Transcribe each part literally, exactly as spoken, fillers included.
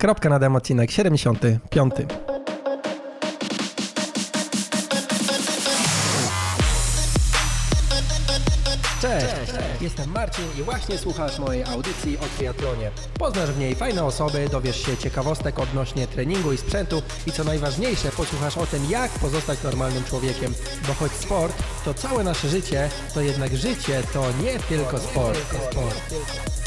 Kropka na dem, odcinek siedemdziesiąty piąty. Cześć, jestem Marcin i właśnie słuchasz mojej audycji o triatlonie. Poznasz w niej fajne osoby, dowiesz się ciekawostek odnośnie treningu i sprzętu i co najważniejsze, posłuchasz o tym, jak pozostać normalnym człowiekiem. Bo choć sport to całe nasze życie, to jednak życie to nie tylko sport. sport.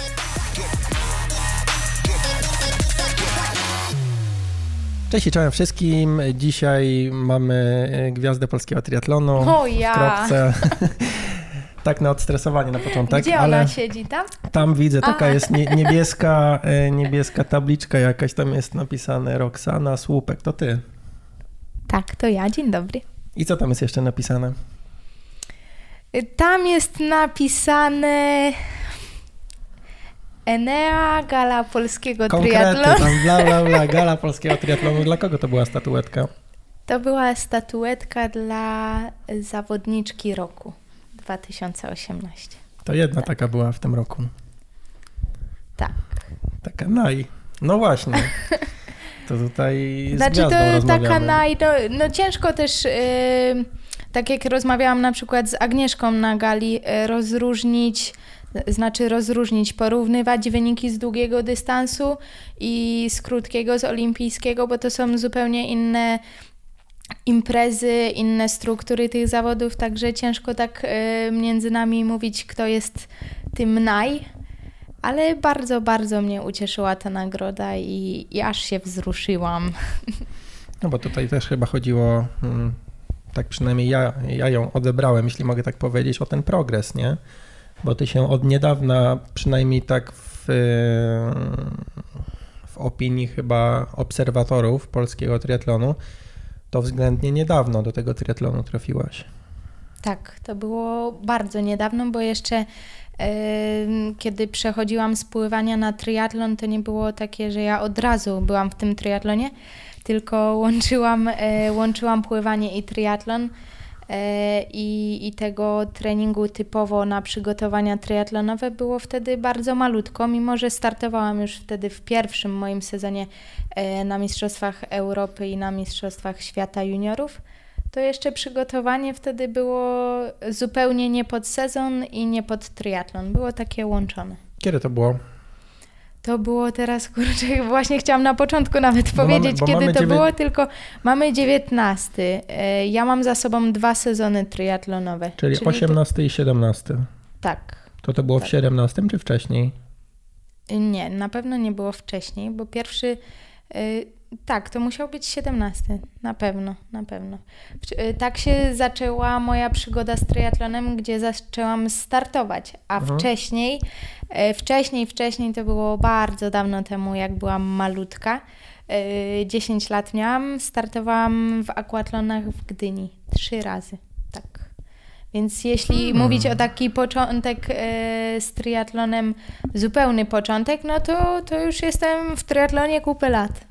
Cześć i czołem wszystkim. Dzisiaj mamy gwiazdę polskiego triatlonu o, ja. w kropce. Tak na odstresowanie na początek. Gdzie ona ale siedzi? Tam? Tam widzę, taka A. jest nie, niebieska, niebieska tabliczka jakaś, tam jest napisane Roxana Słupek. To ty. Tak, to ja. Dzień dobry. I co tam jest jeszcze napisane? Tam jest napisane Enea, gala polskiego Konkrety, triatlonu. tam bla, bla, bla, gala polskiego triatlonu. Dla kogo to była statuetka? To była statuetka dla zawodniczki roku dwa tysiące osiemnaście. To jedna tak. taka była w tym roku. Tak. Taka naj. No właśnie. To tutaj z Znaczy gwiazdą to rozmawiamy. taka naj... No, no ciężko też, yy, tak jak rozmawiałam na przykład z Agnieszką na gali, yy, rozróżnić, znaczy rozróżnić, porównywać wyniki z długiego dystansu i z krótkiego, z olimpijskiego, bo to są zupełnie inne imprezy, inne struktury tych zawodów, także ciężko tak y, między nami mówić, kto jest tym naj, ale bardzo, bardzo mnie ucieszyła ta nagroda i, i aż się wzruszyłam. No bo tutaj też chyba chodziło, hmm, tak przynajmniej ja, ja ją odebrałem, jeśli mogę tak powiedzieć, o ten progres, nie? Bo ty się od niedawna, przynajmniej tak w, w opinii chyba obserwatorów polskiego triatlonu, to względnie niedawno do tego triatlonu trafiłaś. Tak, to było bardzo niedawno, bo jeszcze yy, kiedy przechodziłam z pływania na triatlon, to nie było takie, że ja od razu byłam w tym triatlonie, tylko łączyłam, yy, łączyłam pływanie i triatlon yy, i, i tego treningu typowo na przygotowania triatlonowe było wtedy bardzo malutko, mimo że startowałam już wtedy w pierwszym moim sezonie yy, na Mistrzostwach Europy i na Mistrzostwach Świata Juniorów. To jeszcze przygotowanie wtedy było zupełnie nie pod sezon i nie pod triatlon. Było takie łączone. Kiedy to było? To było teraz, kurczę, właśnie chciałam na początku nawet bo powiedzieć, mamy, kiedy to dziewię... było, tylko mamy dziewiętnasty. Ja mam za sobą dwa sezony triatlonowe. Czyli, czyli osiemnasty to... i siedemnasty. Tak. To to było tak. w siedemnastym czy wcześniej? Nie, na pewno nie było wcześniej, bo pierwszy... Tak, to musiał być siedemnasty, na pewno, na pewno. Tak się zaczęła moja przygoda z triatlonem, gdzie zaczęłam startować, a mhm. wcześniej, wcześniej, wcześniej to było bardzo dawno temu, jak byłam malutka, dziesięć lat miałam, startowałam w aquatlonach w Gdyni, trzy razy, tak. Więc jeśli hmm. mówić o taki początek e, z triatlonem, zupełny początek, no to, to już jestem w triatlonie kupę lat.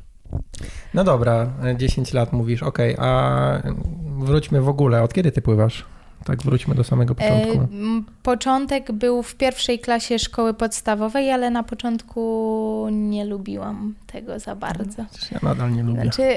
No dobra, dziesięć lat mówisz, okej, okay, a wróćmy w ogóle, od kiedy ty pływasz? Tak, wróćmy do samego początku. E, początek był w pierwszej klasie szkoły podstawowej, ale na początku nie lubiłam tego za bardzo. Ja nadal nie lubię. Znaczy,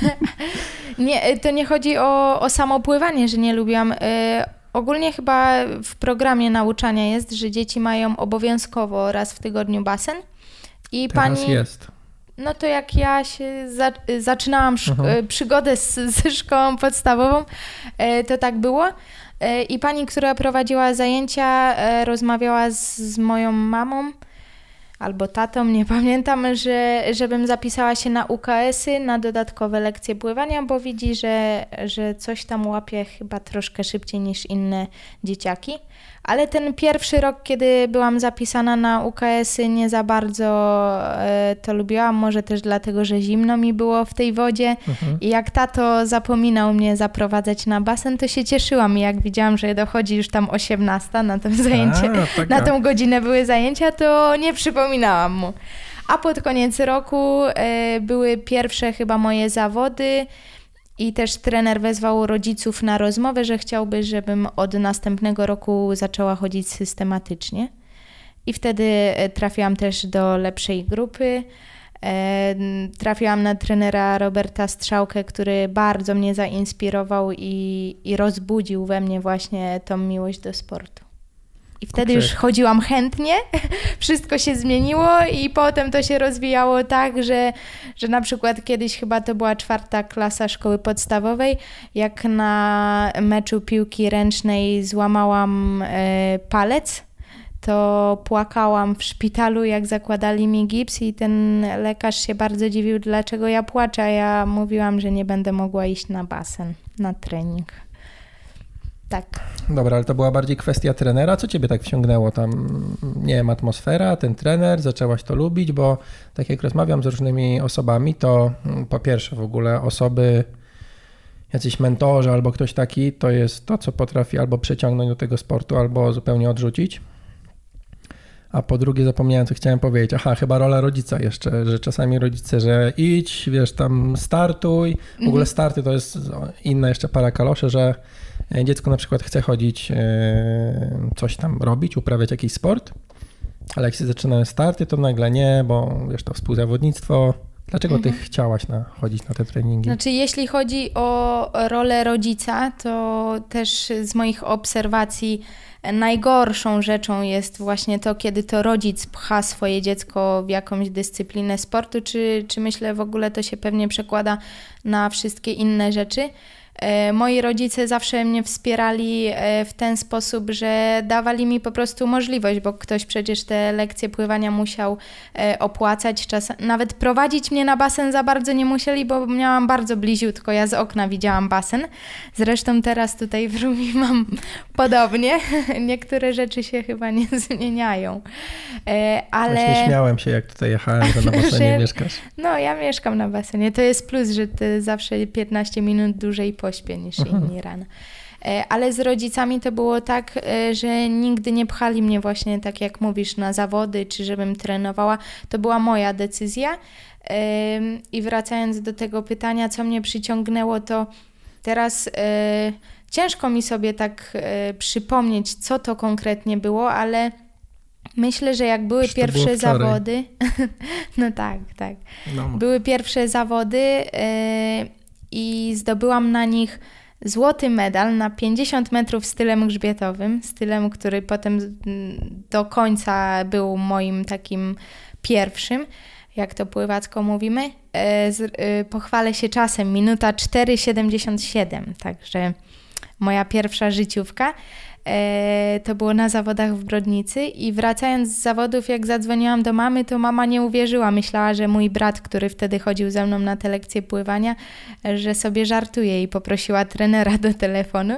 nie, to nie chodzi o, o samo pływanie, że nie lubiłam. E, ogólnie chyba w programie nauczania jest, że dzieci mają obowiązkowo raz w tygodniu basen. I Teraz pani... jest. No to jak ja się za, zaczynałam szko- uh-huh. przygodę z, ze szkołą podstawową, to tak było. I pani, która prowadziła zajęcia, rozmawiała z, z moją mamą albo tatą, nie pamiętam, że żebym zapisała się na U K S-y, na dodatkowe lekcje pływania, bo widzi, że, że coś tam łapie chyba troszkę szybciej niż inne dzieciaki. Ale ten pierwszy rok, kiedy byłam zapisana na U K S-y, nie za bardzo e, to lubiłam, może też dlatego, że zimno mi było w tej wodzie mhm. i jak tato zapominał mnie zaprowadzać na basen, to się cieszyłam i jak widziałam, że dochodzi już tam osiemnasta na to zajęcie, A, na tą godzinę były zajęcia, to nie przypominałam mu. A pod koniec roku e, były pierwsze chyba moje zawody i też trener wezwał rodziców na rozmowę, że chciałby, żebym od następnego roku zaczęła chodzić systematycznie. I wtedy trafiłam też do lepszej grupy Trafiłam na trenera Roberta Strzałkę, który bardzo mnie zainspirował i, i rozbudził we mnie właśnie tą miłość do sportu. I wtedy już chodziłam chętnie, wszystko się zmieniło i potem to się rozwijało tak, że, że na przykład kiedyś chyba to była czwarta klasa szkoły podstawowej, jak na meczu piłki ręcznej złamałam e, palec, to płakałam w szpitalu, jak zakładali mi gips i ten lekarz się bardzo dziwił, dlaczego ja płaczę, a ja mówiłam, że nie będę mogła iść na basen, na trening. Tak. Dobra, ale to była bardziej kwestia trenera. Co ciebie tak wciągnęło tam? Nie wiem, atmosfera, ten trener, zaczęłaś to lubić, bo tak jak rozmawiam z różnymi osobami, to po pierwsze w ogóle osoby, jacyś mentorzy albo ktoś taki, to jest to, co potrafi albo przyciągnąć do tego sportu, albo zupełnie odrzucić. A po drugie zapomniałem, co chciałem powiedzieć. Aha, chyba rola rodzica jeszcze, że czasami rodzice, że idź, wiesz, tam startuj. W ogóle starty to jest inna jeszcze para kaloszy, że dziecko na przykład chce chodzić, coś tam robić, uprawiać jakiś sport, ale jak się zaczynają starty, to nagle nie, bo wiesz, to współzawodnictwo. Dlaczego mhm. ty chciałaś na, chodzić na te treningi? Znaczy, jeśli chodzi o rolę rodzica, to też z moich obserwacji najgorszą rzeczą jest właśnie to, kiedy to rodzic pcha swoje dziecko w jakąś dyscyplinę sportu, czy, czy myślę w ogóle to się pewnie przekłada na wszystkie inne rzeczy. Moi rodzice zawsze mnie wspierali w ten sposób, że dawali mi po prostu możliwość, bo ktoś przecież te lekcje pływania musiał opłacać. Czas, nawet prowadzić mnie na basen za bardzo nie musieli, bo miałam bardzo bliziutko, ja z okna widziałam basen. Zresztą teraz tutaj w Rumi mam podobnie. Niektóre rzeczy się chyba nie zmieniają. Ale... Właśnie śmiałem się, jak tutaj jechałem, że na basenie że... mieszkasz. No, ja mieszkam na basenie. To jest plus, że ty zawsze piętnaście minut dłużej pośpię niż inni rano. Ale z rodzicami to było tak, że nigdy nie pchali mnie właśnie, tak jak mówisz, na zawody, czy żebym trenowała. To była moja decyzja. I wracając do tego pytania, co mnie przyciągnęło, to teraz ciężko mi sobie tak przypomnieć, co to konkretnie było, ale myślę, że jak były pierwsze zawody... No tak, tak. No. Były pierwsze zawody i zdobyłam na nich złoty medal na pięćdziesiąt metrów stylem grzbietowym, stylem, który potem do końca był moim takim pierwszym, jak to pływacko mówimy. Pochwalę się czasem, minuta cztery siedemdziesiąt siedem, także moja pierwsza życiówka. To było na zawodach w Brodnicy i wracając z zawodów, jak zadzwoniłam do mamy, to mama nie uwierzyła. Myślała, że mój brat, który wtedy chodził ze mną na te lekcje pływania, że sobie żartuje i poprosiła trenera do telefonu.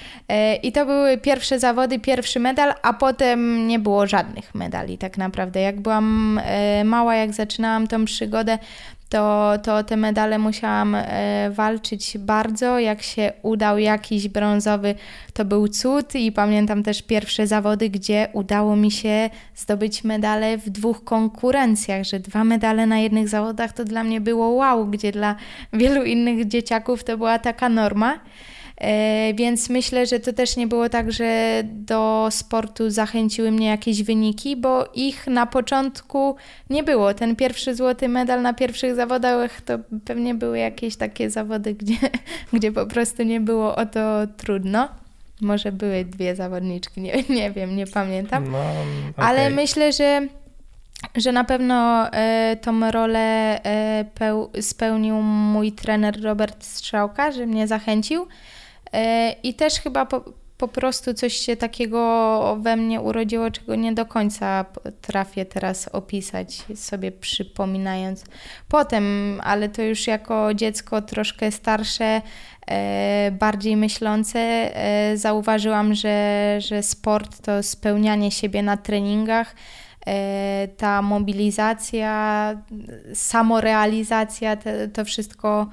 I to były pierwsze zawody, pierwszy medal, a potem nie było żadnych medali tak naprawdę. Jak byłam mała, jak zaczynałam tą przygodę, to, to te medale musiałam e, walczyć bardzo. Jak się udał jakiś brązowy, to był cud i pamiętam też pierwsze zawody, gdzie udało mi się zdobyć medale w dwóch konkurencjach, że dwa medale na jednych zawodach to dla mnie było wow, gdzie dla wielu innych dzieciaków to była taka norma. E, więc myślę, że to też nie było tak, że do sportu zachęciły mnie jakieś wyniki, bo ich na początku nie było. Ten pierwszy złoty medal na pierwszych zawodach to pewnie były jakieś takie zawody, gdzie, gdzie po prostu nie było o to trudno. Może były dwie zawodniczki, nie, nie wiem, nie pamiętam. No, okay. Ale myślę, że że na pewno e, tą rolę e, peł, spełnił mój trener Robert Strzałka, że mnie zachęcił. I też chyba po, po prostu coś się takiego we mnie urodziło, czego nie do końca trafię teraz opisać, sobie przypominając potem, ale to już jako dziecko troszkę starsze, e, bardziej myślące, e, zauważyłam, że, że sport to spełnianie siebie na treningach, e, ta mobilizacja, samorealizacja, te, to wszystko,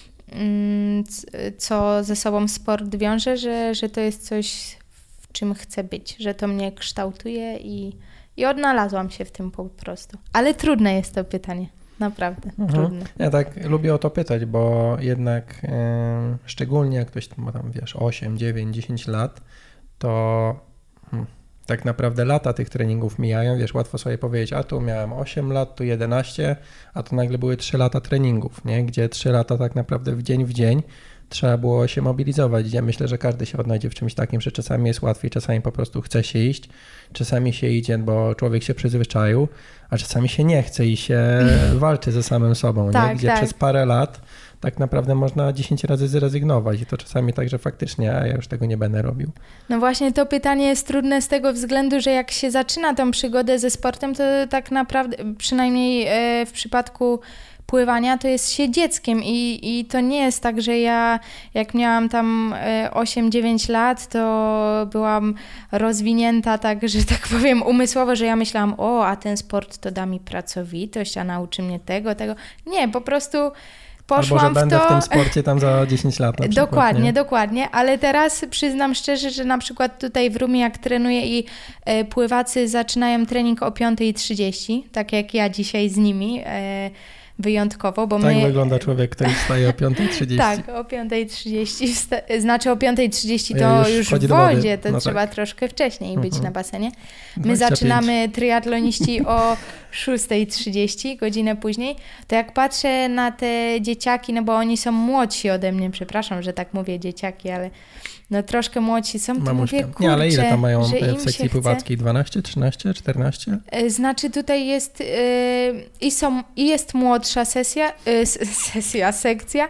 co ze sobą sport wiąże, że, że to jest coś, w czym chcę być, że to mnie kształtuje i, i odnalazłam się w tym po prostu. Ale trudne jest to pytanie, naprawdę mhm. trudne. Ja tak lubię o to pytać, bo jednak yy, szczególnie jak ktoś ma tam, wiesz, osiem, dziewięć, dziesięć lat, to hmm, tak naprawdę lata tych treningów mijają, wiesz, łatwo sobie powiedzieć, a tu miałem osiem lat, tu jedenaście, a to nagle były trzy lata treningów, nie? Gdzie trzy lata tak naprawdę w dzień w dzień trzeba było się mobilizować. Ja myślę, że każdy się odnajdzie w czymś takim, że czasami jest łatwiej, czasami po prostu chce się iść, czasami się idzie, bo człowiek się przyzwyczaił, a czasami się nie chce i się walczy ze samym sobą, tak, nie? Gdzie tak. przez parę lat tak naprawdę można dziesięć razy zrezygnować i to czasami tak, że faktycznie a ja już tego nie będę robił. No właśnie to pytanie jest trudne z tego względu, że jak się zaczyna tą przygodę ze sportem, to tak naprawdę, przynajmniej w przypadku pływania, to jest się dzieckiem i, i to nie jest tak, że ja jak miałam tam osiem dziewięć lat, to byłam rozwinięta tak, że tak powiem umysłowo, że ja myślałam, o, a ten sport to da mi pracowitość, a nauczy mnie tego, tego. Nie, po prostu poszłam Albo że będę w, to... w tym sporcie tam za dziesięć lat na przykład. Dokładnie, nie? dokładnie, ale teraz przyznam szczerze, że na przykład tutaj w Rumie jak trenuję i e, pływacy zaczynają trening o piąta trzydzieści, tak jak ja dzisiaj z nimi, e, wyjątkowo, bo tak my... wygląda człowiek, który wstaje o piąta trzydzieści. Tak, o piąta trzydzieści, wsta- znaczy o piąta trzydzieści to Ja już, już w wodzie, to no trzeba tak. troszkę wcześniej być Mhm. na basenie. My dwadzieścia pięć. zaczynamy triatloniści o szósta trzydzieści, godzinę później. To jak patrzę na te dzieciaki, no bo oni są młodsi ode mnie, przepraszam, że tak mówię dzieciaki, ale no troszkę młodsi są, to Mamuśka. mówię, kurczę, Nie, ale ile tam mają że im w sekcji się pływackiej? dwanaście, trzynaście, czternaście? chce. Znaczy tutaj jest yy, i, są, i jest młodsza sesja, yy, sesja, sekcja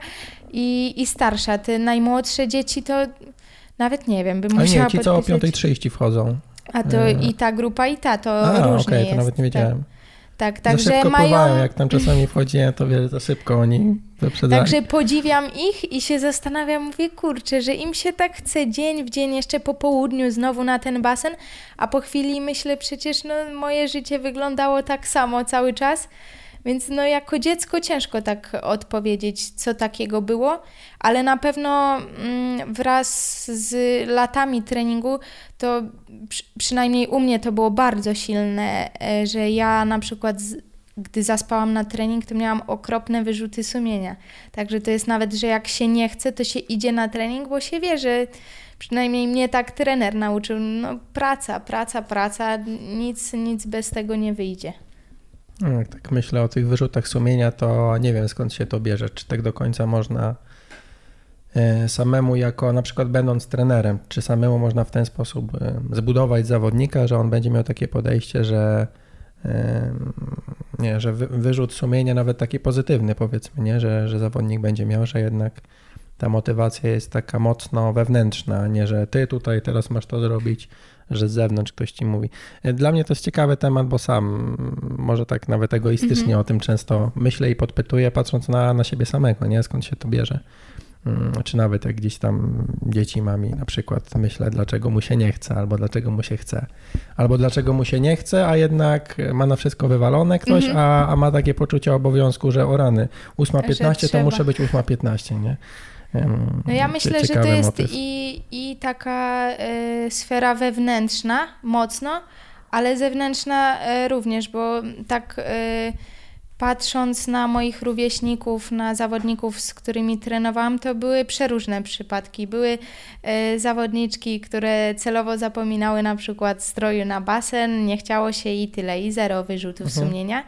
i, i starsza. Te najmłodsze dzieci to nawet nie wiem, bym Ale musiała nie, ci co o podpisać. piąta trzydzieści wchodzą. A to i ta grupa i ta, to A, okej, różnie okay, jest. to nawet nie wiedziałem. Tak, Tak, tak, za także szybko mają... pływają, jak tam czasami wchodzi, to wiele za szybko oni wyprzedzają. Także podziwiam ich i się zastanawiam, mówię, kurczę, że im się tak chce dzień w dzień, jeszcze po południu znowu na ten basen, a po chwili myślę, przecież no, moje życie wyglądało tak samo cały czas, więc no jako dziecko ciężko tak odpowiedzieć, co takiego było, ale na pewno mm, wraz z latami treningu to przy, przynajmniej u mnie to było bardzo silne, że ja na przykład z, gdy zaspałam na trening, to miałam okropne wyrzuty sumienia. Także to jest nawet, że jak się nie chce, to się idzie na trening, bo się wie, że przynajmniej mnie tak trener nauczył, no praca, praca, praca, nic, nic bez tego nie wyjdzie. No, jak tak myślę o tych wyrzutach sumienia, to nie wiem skąd się to bierze, czy tak do końca można samemu jako, na przykład będąc trenerem, czy samemu można w ten sposób zbudować zawodnika, że on będzie miał takie podejście, że nie, że wyrzut sumienia nawet taki pozytywny powiedzmy, nie, że, że zawodnik będzie miał, że jednak ta motywacja jest taka mocno wewnętrzna, nie, że ty tutaj teraz masz to zrobić, że z zewnątrz ktoś ci mówi. Dla mnie to jest ciekawy temat, bo sam może tak nawet egoistycznie mm-hmm. o tym często myślę i podpytuję, patrząc na, na siebie samego, nie, skąd się to bierze. Czy nawet jak gdzieś tam dzieci mam i na przykład myślę, dlaczego mu się nie chce, albo dlaczego mu się chce, albo dlaczego mu się nie chce, a jednak ma na wszystko wywalone ktoś, mm-hmm. a, a ma takie poczucie obowiązku, że o rany, ósma piętnaście to muszę być ósma piętnaście, nie? No ja myślę, że to jest i, i taka y, sfera wewnętrzna mocno, ale zewnętrzna y, również, bo tak y, patrząc na moich rówieśników, na zawodników, z którymi trenowałam, to były przeróżne przypadki. Były y, zawodniczki, które celowo zapominały na przykład stroju na basen, nie chciało się i tyle, i zero wyrzutów mhm. sumienia.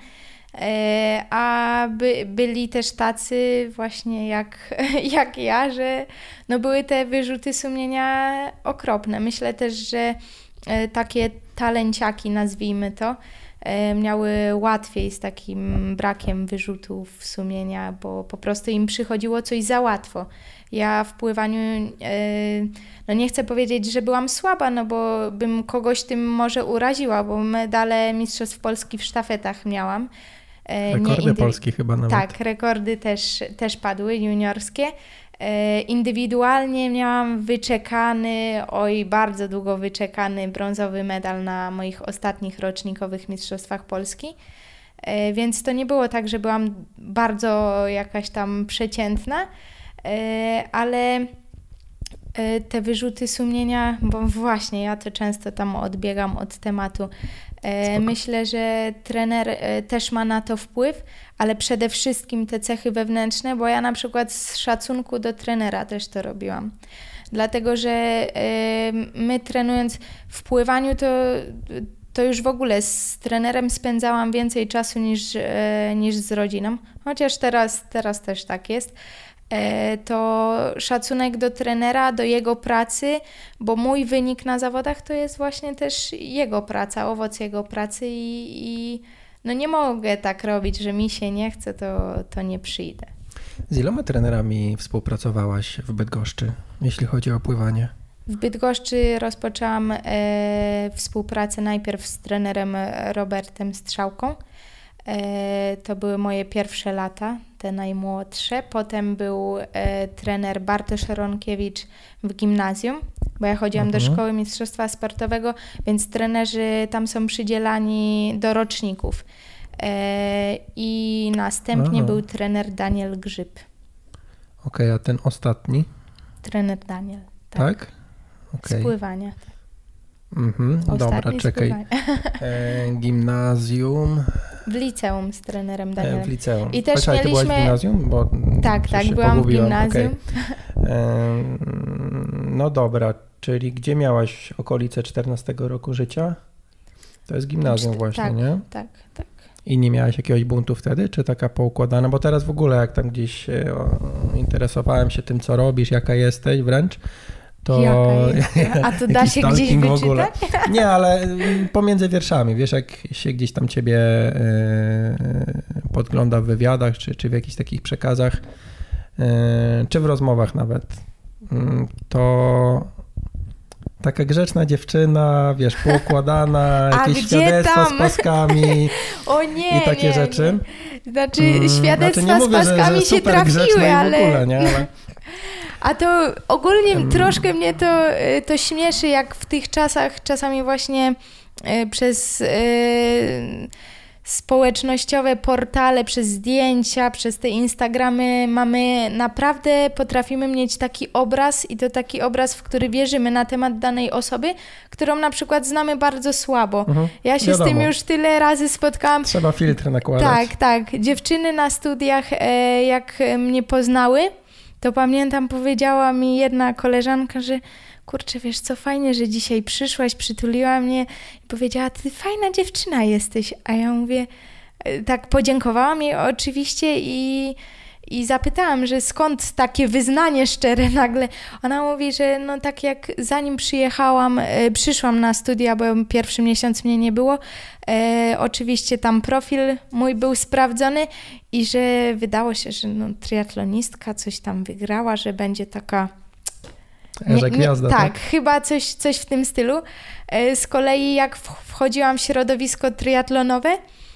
A by, byli też tacy właśnie jak, jak ja, że no były te wyrzuty sumienia okropne. Myślę też, że takie talenciaki, nazwijmy to, miały łatwiej z takim brakiem wyrzutów sumienia, bo po prostu im przychodziło coś za łatwo. Ja w pływaniu, no nie chcę powiedzieć, że byłam słaba, no bo bym kogoś tym może uraziła, bo medale Mistrzostw Polski w sztafetach miałam. Rekordy indy... Polski chyba nawet. Tak, rekordy też, też padły, juniorskie. Indywidualnie miałam wyczekany, oj bardzo długo wyczekany brązowy medal na moich ostatnich rocznikowych Mistrzostwach Polski. Więc to nie było tak, że byłam bardzo jakaś tam przeciętna, ale te wyrzuty sumienia, bo właśnie ja to często tam odbiegam od tematu. Spoko. Myślę, że trener też ma na to wpływ, ale przede wszystkim te cechy wewnętrzne, bo ja na przykład z szacunku do trenera też to robiłam. dlatego że my trenując w pływaniu to, to już w ogóle z trenerem spędzałam więcej czasu niż, niż z rodziną, chociaż teraz, teraz też tak jest. To szacunek do trenera, do jego pracy, bo mój wynik na zawodach to jest właśnie też jego praca, owoc jego pracy i, i no nie mogę tak robić, że mi się nie chce, to, to nie przyjdę. Z iloma trenerami współpracowałaś w Bydgoszczy, jeśli chodzi o pływanie? W Bydgoszczy rozpoczęłam e, współpracę najpierw z trenerem Robertem Strzałką. E, to były moje pierwsze lata, te najmłodsze. Potem był e, trener Bartosz Ronkiewicz w gimnazjum, bo ja chodziłam mhm. do szkoły mistrzostwa sportowego, więc trenerzy tam są przydzielani do roczników. E, I następnie Aha. był trener Daniel Grzyb. Okej, okay, a ten ostatni? Trener Daniel. Tak? tak? Okay. Z pływania. Mhm, dobra, czekaj. E, gimnazjum. W liceum z trenerem Danielem. E, w liceum. I też Chociaż mieliśmy... ty byłaś w gimnazjum? Bo tak, tak, byłam pogubiłem. w gimnazjum. Okay. E, no dobra, czyli gdzie miałaś okolice czternastego roku życia? To jest gimnazjum Czty- właśnie, tak, nie? Tak, tak. I nie miałaś jakiegoś buntu wtedy, czy taka poukładana? Bo teraz w ogóle jak tam gdzieś e, o, interesowałem się tym, co robisz, jaka jesteś wręcz, to... A to da się gdzieś wyczytać? Nie, ale pomiędzy wierszami, wiesz, jak się gdzieś tam ciebie y, podgląda w wywiadach, czy, czy w jakichś takich przekazach, y, czy w rozmowach nawet, y, to taka grzeczna dziewczyna, wiesz, poukładana, jakieś świadectwa tam? z paskami o nie, i takie nie, rzeczy. Nie. Znaczy świadectwa znaczy, nie mówię, z paskami że, że się trafiły, ale... W ogóle, nie? ale... A to ogólnie hmm. troszkę mnie to, to śmieszy, jak w tych czasach czasami właśnie y, przez y, społecznościowe portale, przez zdjęcia, przez te Instagramy mamy naprawdę, potrafimy mieć taki obraz i to taki obraz, w który wierzymy na temat danej osoby, którą na przykład znamy bardzo słabo. Mhm. Ja się Wiadomo. z tym już tyle razy spotkałam. Trzeba filtry nakładać. Tak, tak. Dziewczyny na studiach, e, jak mnie poznały, to pamiętam, powiedziała mi jedna koleżanka, że kurczę, wiesz co, fajnie, że dzisiaj przyszłaś, przytuliła mnie i powiedziała, ty fajna dziewczyna jesteś. A ja mówię, tak podziękowałam jej oczywiście i, i zapytałam, że skąd takie wyznanie szczere nagle. Ona mówi, że no tak jak zanim przyjechałam, przyszłam na studia, bo pierwszy miesiąc mnie nie było, e, oczywiście tam profil mój był sprawdzony i że wydało się, że no, triatlonistka coś tam wygrała, że będzie taka... Nie, że gwiazda, tak, tak, chyba coś, coś w tym stylu. Z kolei jak wchodziłam w środowisko triatlonowe,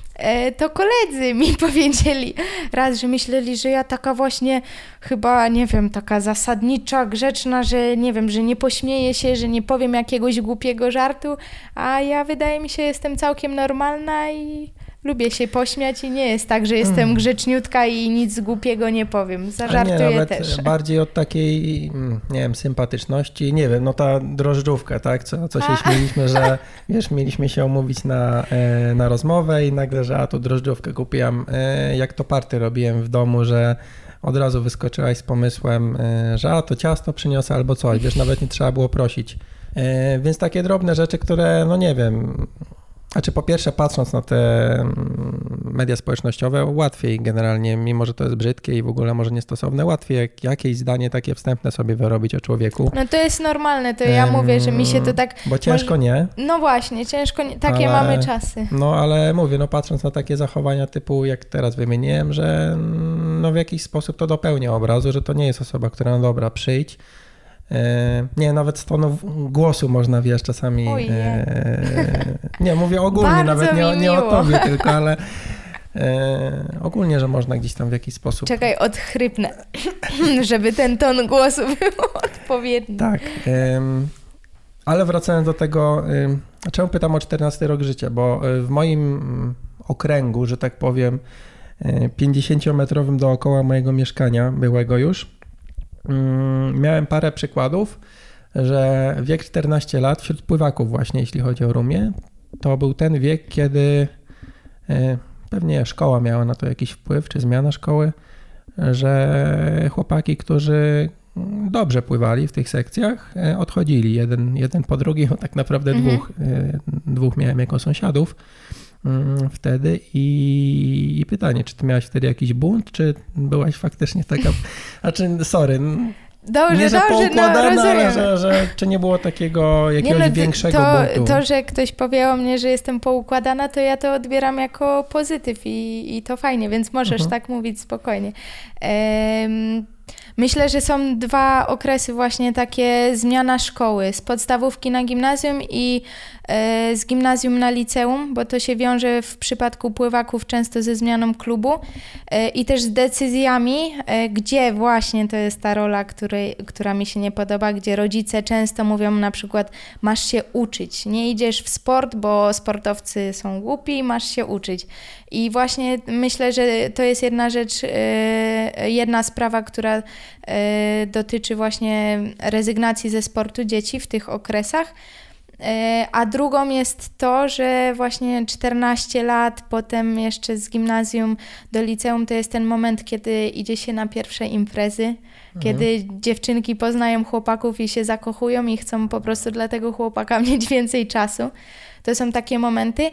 to koledzy mi powiedzieli raz, że myśleli, że ja taka właśnie chyba, nie wiem, taka zasadnicza, grzeczna, że nie wiem, że nie pośmieję się, że nie powiem jakiegoś głupiego żartu, a ja wydaje mi się, jestem całkiem normalna i lubię się pośmiać i nie jest tak, że jestem hmm. grzeczniutka i nic głupiego nie powiem. Zażartuję nie, nawet też. Bardziej od takiej, nie wiem, sympatyczności, nie wiem, no ta drożdżówka, tak, co, co się a. śmieliśmy, że wiesz, mieliśmy się umówić na, na rozmowę i nagle, że a tu drożdżówkę kupiłam, jak to party robiłem w domu, że od razu wyskoczyłaś z pomysłem, że a to ciasto przyniosę albo coś, wiesz, nawet nie trzeba było prosić. Więc takie drobne rzeczy, które, no nie wiem... Znaczy po pierwsze patrząc na te media społecznościowe łatwiej generalnie, mimo że to jest brzydkie i w ogóle może niestosowne, łatwiej jakieś zdanie takie wstępne sobie wyrobić o człowieku. No to jest normalne, to ja um, mówię, że mi się to tak... Bo ciężko może... nie. No właśnie, ciężko nie, takie ale, mamy czasy. No ale mówię, no patrząc na takie zachowania typu jak teraz wymieniłem, że no w jakiś sposób to dopełnia obrazu, że to nie jest osoba, która no dobra, przyjdź. Nie, nawet z tonu głosu można, wiesz, czasami... Oj, nie. nie, mówię ogólnie, bardzo nawet nie, nie miło. o tobie tylko, ale e, ogólnie, że można gdzieś tam w jakiś sposób... Czekaj, odchrypnę, żeby ten ton głosu był odpowiedni. Tak, ym, ale wracając do tego, ym, czemu pytam o czternasty rok życia, bo w moim okręgu, że tak powiem, pięćdziesięciometrowym dookoła mojego mieszkania, byłego już, miałem parę przykładów, że wiek czternaście lat wśród pływaków właśnie, jeśli chodzi o Rumię, to był ten wiek, kiedy pewnie szkoła miała na to jakiś wpływ, czy zmiana szkoły, że chłopaki, którzy dobrze pływali w tych sekcjach, odchodzili jeden, jeden po drugim, bo tak naprawdę mhm. dwóch, dwóch miałem jako sąsiadów wtedy i, i pytanie, czy ty miałaś wtedy jakiś bunt, czy byłaś faktycznie taka, znaczy sorry, Dobrze, nie, że dobrze, poukładana, no, ale że, że czy nie było takiego jakiegoś nie, no, większego to, buntu? To, że ktoś powie o mnie, że jestem poukładana, to ja to odbieram jako pozytyw i, i to fajnie, więc możesz mhm. tak mówić spokojnie. Um, Myślę, że są dwa okresy właśnie takie zmiana szkoły, z podstawówki na gimnazjum i e, z gimnazjum na liceum, bo to się wiąże w przypadku pływaków często ze zmianą klubu e, i też z decyzjami, e, gdzie właśnie to jest ta rola, której, która mi się nie podoba, gdzie rodzice często mówią na przykład masz się uczyć, nie idziesz w sport, bo sportowcy są głupi, masz się uczyć. I właśnie myślę, że to jest jedna rzecz, e, jedna sprawa, która dotyczy właśnie rezygnacji ze sportu dzieci w tych okresach, a drugą jest to, że właśnie czternaście lat, potem jeszcze z gimnazjum do liceum to jest ten moment, kiedy idzie się na pierwsze imprezy, mhm. kiedy dziewczynki poznają chłopaków i się zakochują i chcą po prostu dla tego chłopaka mieć więcej czasu. To są takie momenty.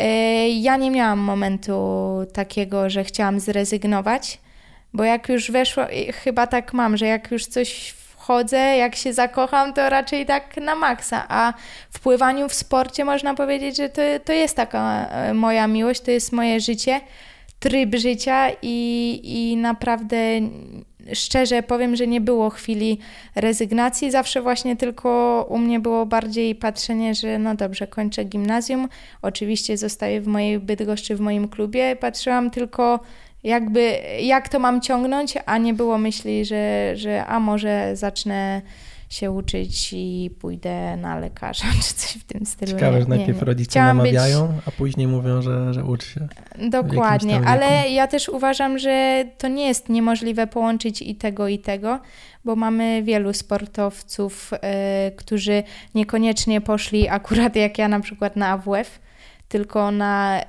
Ja nie miałam momentu takiego, że chciałam zrezygnować, bo jak już weszło, chyba tak mam, że jak już coś wchodzę, jak się zakocham, to raczej tak na maksa, a w pływaniu, w sporcie można powiedzieć, że to, to jest taka moja miłość, to jest moje życie, tryb życia i, i naprawdę szczerze powiem, że nie było chwili rezygnacji, zawsze właśnie tylko u mnie było bardziej patrzenie, że no dobrze, kończę gimnazjum, oczywiście zostaję w mojej Bydgoszczy, w moim klubie, patrzyłam tylko jakby jak to mam ciągnąć, a nie było myśli, że, że a może zacznę się uczyć i pójdę na lekarza, czy coś w tym stylu. Ciekawe, że nie, najpierw nie. rodzice Chciałam namawiają, być... a później mówią, że, że ucz się. Dokładnie, ale ja też uważam, że to nie jest niemożliwe połączyć i tego, i tego, bo mamy wielu sportowców, y, którzy niekoniecznie poszli akurat jak ja na przykład na A W F, tylko na...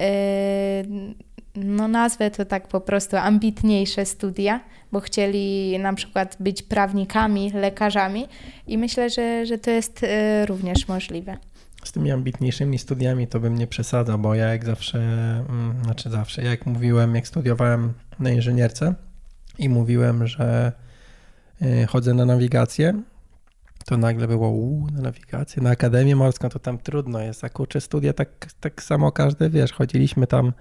Y, no nazwę to tak po prostu ambitniejsze studia, bo chcieli na przykład być prawnikami, lekarzami i myślę, że, że to jest y, również możliwe. Z tymi ambitniejszymi studiami to bym nie przesadzał, bo ja jak zawsze, mm, znaczy zawsze, jak mówiłem, jak studiowałem na inżynierce i mówiłem, że y, chodzę na nawigację, to nagle było uuu, na nawigację, na Akademię Morską, to tam trudno jest, a kurczę studia tak, tak samo każdy, wiesz, chodziliśmy tam.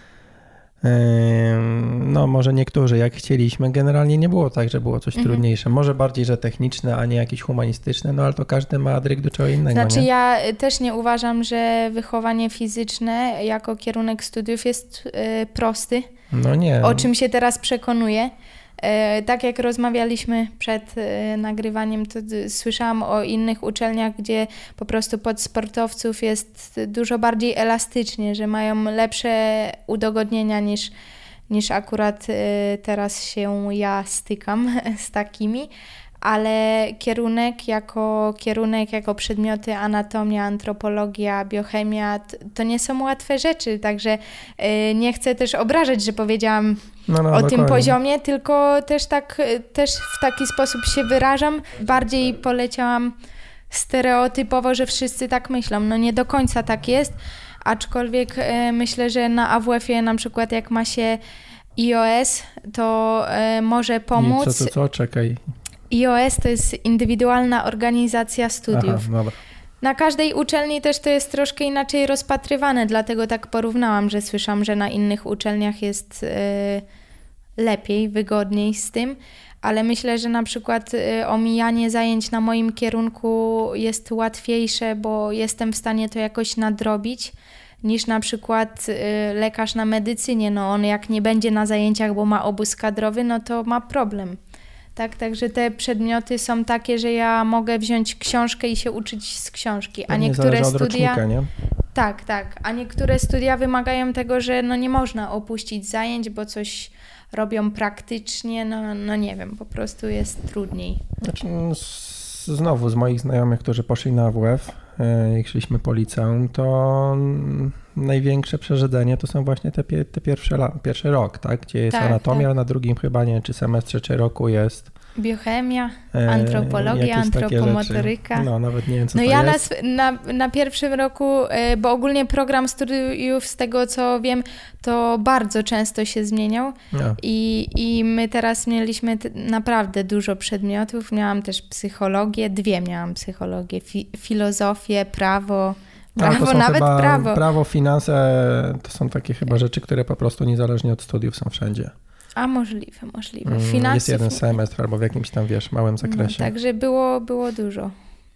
No może niektórzy jak chcieliśmy, generalnie nie było tak, że było coś mhm. trudniejsze, może bardziej, że techniczne, a nie jakieś humanistyczne, no ale to każdy ma dryg do czego innego. Znaczy nie? ja też nie uważam, że wychowanie fizyczne jako kierunek studiów jest y, prosty, no nie. O czym się teraz przekonuję. Tak jak rozmawialiśmy przed nagrywaniem, to słyszałam o innych uczelniach, gdzie po prostu pod sportowców jest dużo bardziej elastycznie, że mają lepsze udogodnienia niż, niż akurat teraz się ja stykam z takimi. Ale kierunek jako kierunek, jako przedmioty anatomia, antropologia, biochemia, to nie są łatwe rzeczy, także nie chcę też obrażać, że powiedziałam no, no, o tym poziomie, tylko też tak też w taki sposób się wyrażam. Bardziej poleciałam stereotypowo, że wszyscy tak myślą. No nie do końca tak jest, aczkolwiek myślę, że na A W F-ie na przykład jak ma się I O S, to może pomóc. I co, co, co? Czekaj. I O S to jest indywidualna organizacja studiów. Aha, dobra. Na każdej uczelni też to jest troszkę inaczej rozpatrywane, dlatego tak porównałam, że słyszałam, że na innych uczelniach jest y, lepiej, wygodniej z tym, ale myślę, że na przykład y, omijanie zajęć na moim kierunku jest łatwiejsze, bo jestem w stanie to jakoś nadrobić, niż na przykład y, lekarz na medycynie. No on jak nie będzie na zajęciach, bo ma obóz kadrowy, no to ma problem. Tak, także te przedmioty są takie, że ja mogę wziąć książkę i się uczyć z książki, a niektóre od studia... rocznika, nie? Tak, tak, a niektóre studia wymagają tego, że no nie można opuścić zajęć, bo coś robią praktycznie, no, no nie wiem, po prostu jest trudniej. Znaczy, no, znowu z moich znajomych, którzy poszli na A W F i szliśmy po liceum, to największe przerzedzenie to są właśnie te, te pierwsze, pierwszy rok, tak? Gdzie jest tak, anatomia, tak. Na drugim chyba nie wiem, czy semestrze, czy roku jest Biochemia, antropologia, e, antropomotoryka. No, nawet nie wiem, co no to ja jest. Na, na, na pierwszym roku, bo ogólnie program studiów, z tego co wiem, to bardzo często się zmieniał. No. I, I my teraz mieliśmy t- naprawdę dużo przedmiotów. Miałam też psychologię, dwie miałam psychologię, fi- filozofię, prawo. Prawo, to są nawet chyba, prawo. Prawo, finanse to są takie chyba rzeczy, które po prostu niezależnie od studiów są wszędzie. A możliwe, możliwe. Mm, Finansów, jest jeden semestr albo w jakimś tam, wiesz, małym zakresie. No, także było, było dużo.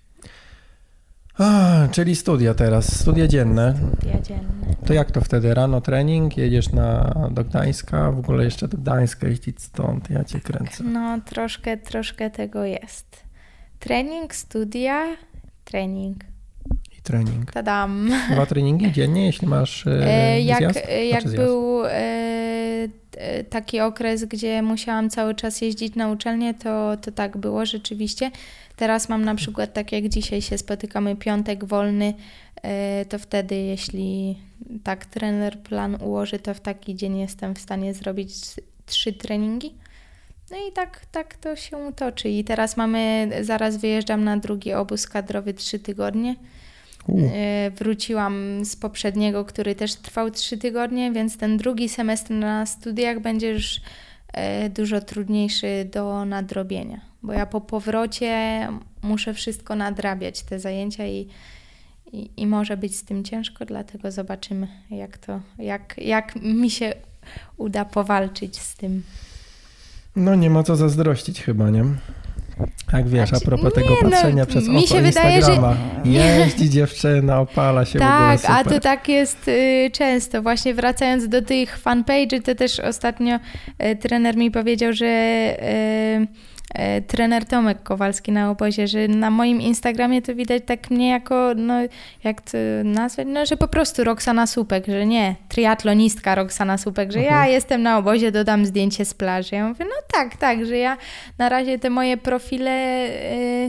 A, czyli studia teraz, studia dzienne. Studia dzienne. To jak to wtedy? Rano trening, jedziesz na, do Gdańska, w ogóle jeszcze do Gdańska jeździć stąd, ja cię kręcę. No troszkę, troszkę tego jest. Trening, studia, trening. I trening. Tadam. Dwa treningi dziennie, jeśli masz e, Jak, zjazd? jak Znaczy był e, taki okres, gdzie musiałam cały czas jeździć na uczelnię, to, to tak było rzeczywiście. Teraz mam na przykład, tak jak dzisiaj się spotykamy, piątek wolny, e, to wtedy jeśli tak trener plan ułoży, to w taki dzień jestem w stanie zrobić trzy treningi. No i tak, tak to się toczy. I teraz mamy, zaraz wyjeżdżam na drugi obóz kadrowy trzy tygodnie. U. Wróciłam z poprzedniego, który też trwał trzy tygodnie, więc ten drugi semestr na studiach będzie już dużo trudniejszy do nadrobienia, bo ja po powrocie muszę wszystko nadrabiać, te zajęcia i, i, i może być z tym ciężko, dlatego zobaczymy, jak to, jak, jak mi się uda powalczyć z tym. No nie ma co zazdrościć chyba, nie? Jak wiesz, Znaczy, a propos nie, tego patrzenia no, przez mi oko się wydaje, Instagrama. że... Jeździ dziewczyna, opala się, tak, w ogóle super. a to tak jest y, często. Właśnie wracając do tych fanpage'y, to też ostatnio y, trener mi powiedział, że y, y, trener Tomek Kowalski na obozie, że na moim Instagramie to widać tak mnie jako, no jak to nazwać, no że po prostu Roxana Słupek, że nie, triatlonistka Roxana Słupek, że Mhm. ja jestem na obozie, dodam zdjęcie z plaży. Ja mówię, no tak, tak, że ja na razie te moje profile... Y,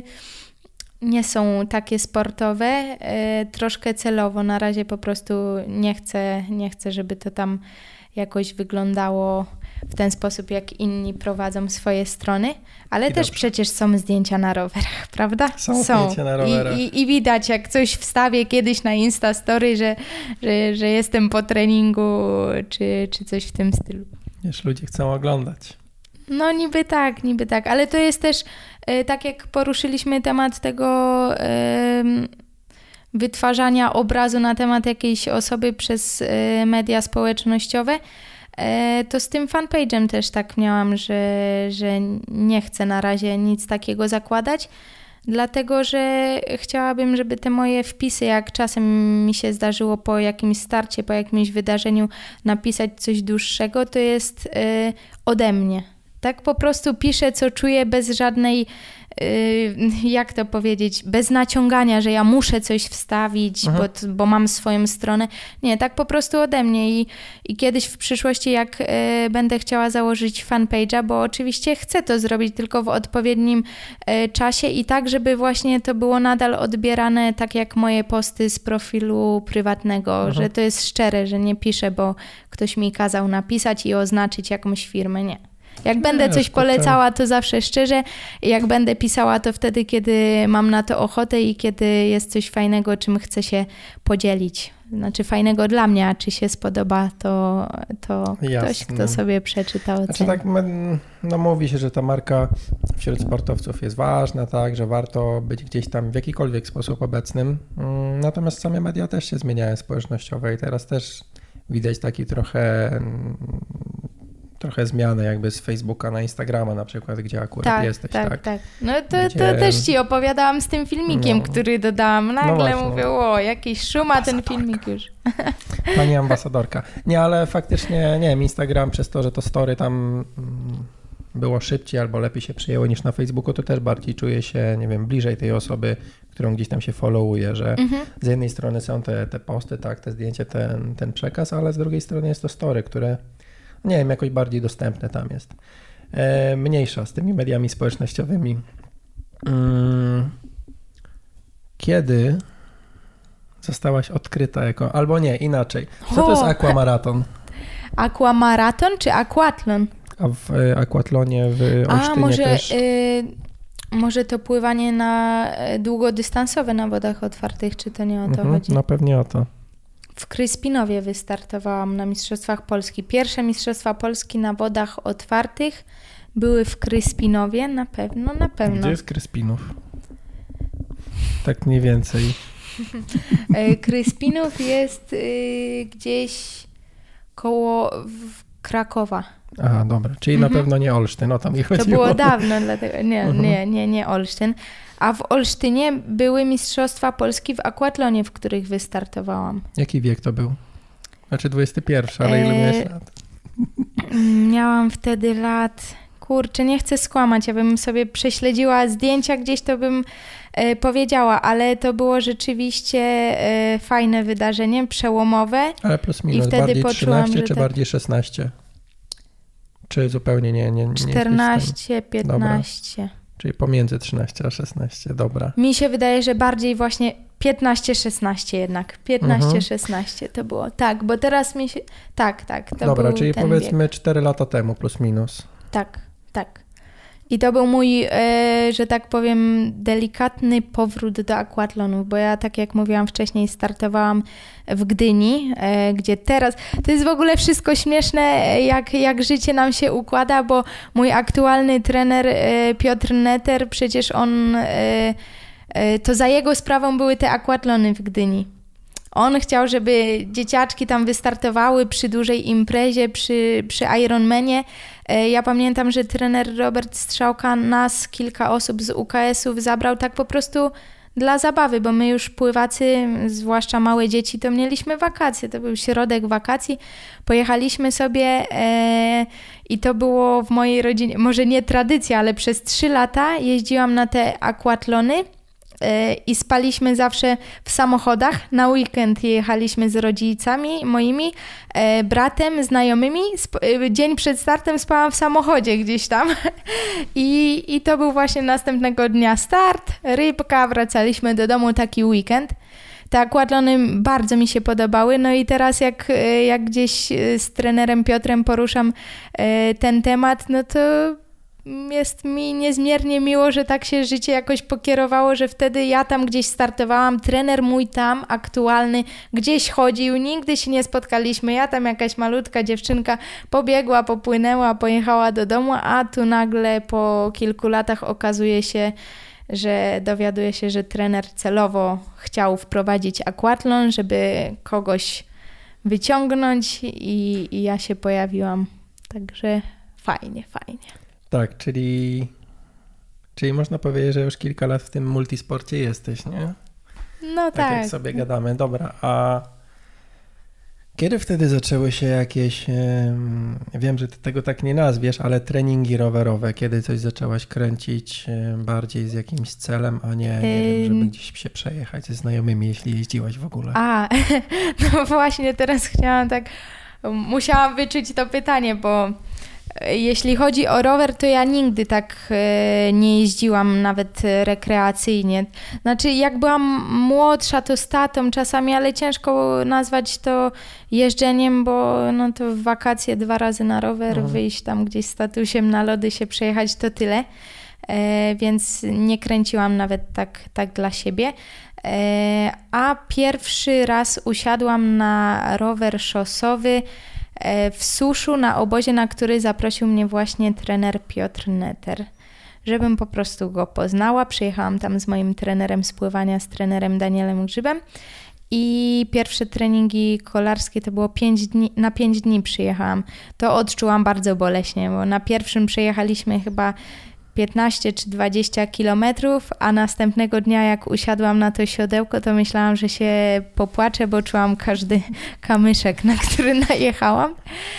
nie są takie sportowe, y, troszkę celowo. Na razie po prostu nie chcę, nie chcę, żeby to tam jakoś wyglądało w ten sposób, jak inni prowadzą swoje strony, ale I też dobrze. przecież są zdjęcia na rowerach, prawda? Są zdjęcia na rowerach. I, i, I widać, jak coś wstawię kiedyś na Instastory, że, że, że jestem po treningu, czy, czy coś w tym stylu. Wiesz, ludzie chcą oglądać. No niby tak, niby tak, ale to jest też, y, tak jak poruszyliśmy temat tego y, wytwarzania obrazu na temat jakiejś osoby przez y, media społecznościowe, y, to z tym fanpage'em też tak miałam, że, że nie chcę na razie nic takiego zakładać, dlatego że chciałabym, żeby te moje wpisy, jak czasem mi się zdarzyło po jakimś starcie, po jakimś wydarzeniu napisać coś dłuższego, to jest y, ode mnie. Tak po prostu piszę, co czuję, bez żadnej, yy, jak to powiedzieć, bez naciągania, że ja muszę coś wstawić, bo, bo mam swoją stronę. Nie, tak po prostu ode mnie. I, i kiedyś w przyszłości, jak yy, będę chciała założyć fanpage'a, bo oczywiście chcę to zrobić tylko w odpowiednim yy, czasie i tak, żeby właśnie to było nadal odbierane tak jak moje posty z profilu prywatnego, Aha. że to jest szczere, że nie piszę, bo ktoś mi kazał napisać i oznaczyć jakąś firmę. Nie. Jak będę coś polecała, to zawsze szczerze. Jak będę pisała, to wtedy, kiedy mam na to ochotę i kiedy jest coś fajnego, czym chcę się podzielić. Znaczy fajnego dla mnie, a czy się spodoba, to, to ktoś, kto sobie przeczyta, oceni. Znaczy tak, no mówi się, że ta marka wśród sportowców jest ważna, tak, że warto być gdzieś tam w jakikolwiek sposób obecnym. Natomiast same media też się zmieniają społecznościowe i teraz też widać taki trochę... trochę zmiany jakby z Facebooka na Instagrama na przykład, gdzie akurat tak, jesteś, tak? tak, tak. No to, gdzie... to też ci opowiadałam z tym filmikiem, no. który dodałam. Nagle no mówię, o, jakiś szum, a ten filmik już. Pani ambasadorka. Nie, ale faktycznie, nie wiem, Instagram przez to, że to story tam było szybciej albo lepiej się przyjęło niż na Facebooku, to też bardziej czuję się, nie wiem, bliżej tej osoby, którą gdzieś tam się followuje, że mhm. z jednej strony są te, te posty, tak, te zdjęcia, ten, ten przekaz, ale z drugiej strony jest to story, które nie wiem, jakoś bardziej dostępne tam jest. E, mniejsza z tymi mediami społecznościowymi. Hmm. Kiedy zostałaś odkryta jako... Albo nie, inaczej. Co o. to jest aquamaraton? Aquamaraton czy aquatlon? A w y, aquatlonie w Olsztynie A może, też? Y, może to pływanie na długodystansowe na wodach otwartych, czy to nie o to mhm, chodzi? No pewnie o to. W Kryspinowie wystartowałam na Mistrzostwach Polski. Pierwsze Mistrzostwa Polski na wodach otwartych były w Kryspinowie, na pewno, na pewno. Gdzie jest Kryspinów? Tak mniej więcej. Kryspinów jest y, gdzieś koło Krakowa. Aha, dobra. Czyli mhm. na pewno nie Olsztyn, o tam mi chodziło. To było dawno, dlatego nie, mhm. nie, nie, nie Olsztyn. A w Olsztynie były Mistrzostwa Polski w aquatlonie, w których wystartowałam. Jaki wiek to był? Znaczy dwudziesty pierwszy, ale ile miałeś lat? Miałam wtedy lat... Kurczę, nie chcę skłamać, ja bym sobie prześledziła zdjęcia gdzieś, to bym e, powiedziała, ale to było rzeczywiście e, fajne wydarzenie, przełomowe. Ale plus minus, I wtedy bardziej poczułam, trzynaście czy tak... bardziej szesnaście? Czy zupełnie nie? nie, nie czternaście, piętnaście. Dobra. Czyli pomiędzy trzynaście a szesnaście, dobra. Mi się wydaje, że bardziej właśnie piętnaście szesnaście jednak. piętnaście szesnaście mhm. to było. Tak, bo teraz mi się... Tak, tak. To dobra, był czyli ten powiedzmy wiek. cztery lata temu plus minus. Tak, tak. I to był mój, e, że tak powiem, delikatny powrót do aquatlonów, bo ja, tak jak mówiłam wcześniej, startowałam w Gdyni, e, gdzie teraz... To jest w ogóle wszystko śmieszne, jak, jak życie nam się układa, bo mój aktualny trener e, Piotr Neter, przecież on... E, e, to za jego sprawą były te aquatlony w Gdyni. On chciał, żeby dzieciaczki tam wystartowały przy dużej imprezie, przy, przy Ironmanie. Ja pamiętam, że trener Robert Strzałka nas, kilka osób z U K S-ów zabrał tak po prostu dla zabawy, bo my już pływacy, zwłaszcza małe dzieci, to mieliśmy wakacje, to był środek wakacji. Pojechaliśmy sobie e, i to było w mojej rodzinie, może nie tradycja, ale przez trzy lata jeździłam na te aquatlony. I spaliśmy zawsze w samochodach. Na weekend jechaliśmy z rodzicami moimi, e, bratem, znajomymi. Sp- dzień przed startem spałam w samochodzie gdzieś tam. I, I to był właśnie następnego dnia start, rybka, wracaliśmy do domu, taki weekend. Te aquatlony bardzo mi się podobały. No i teraz jak, jak gdzieś z trenerem Piotrem poruszam e, ten temat, no to... Jest mi niezmiernie miło, że tak się życie jakoś pokierowało, że wtedy ja tam gdzieś startowałam, trener mój tam aktualny gdzieś chodził, nigdy się nie spotkaliśmy, ja tam jakaś malutka dziewczynka pobiegła, popłynęła, pojechała do domu, a tu nagle po kilku latach okazuje się, że dowiaduje się, że trener celowo chciał wprowadzić aquatlon, żeby kogoś wyciągnąć i, i ja się pojawiłam. Także fajnie, fajnie. Tak, czyli, czyli można powiedzieć, że już kilka lat w tym multisporcie jesteś, nie? No tak. Tak jak sobie gadamy. Dobra, a kiedy wtedy zaczęły się jakieś, wiem, że ty tego tak nie nazwiesz, ale treningi rowerowe, kiedy coś zaczęłaś kręcić bardziej z jakimś celem, a nie, nie wiem, żeby gdzieś się przejechać ze znajomymi, jeśli jeździłaś w ogóle? A, no właśnie teraz chciałam tak, musiałam wyczuć to pytanie, bo jeśli chodzi o rower, to ja nigdy tak e, nie jeździłam nawet rekreacyjnie. Znaczy jak byłam młodsza, to z tatą czasami, ale ciężko nazwać to jeżdżeniem, bo no to w wakacje dwa razy na rower, mhm. wyjść tam gdzieś z tatusiem na lody się przejechać, to tyle. E, więc nie kręciłam nawet tak, tak dla siebie. E, a pierwszy raz usiadłam na rower szosowy w Suszu na obozie, na który zaprosił mnie właśnie trener Piotr Neter, żebym po prostu go poznała. Przyjechałam tam z moim trenerem spływania, z trenerem Danielem Grzybem i pierwsze treningi kolarskie to było pięć dni, na pięć dni przyjechałam. To odczułam bardzo boleśnie, bo na pierwszym przejechaliśmy chyba piętnaście czy dwadzieścia kilometrów, a następnego dnia jak usiadłam na to siodełko, to myślałam, że się popłaczę, bo czułam każdy kamyszek, na który najechałam.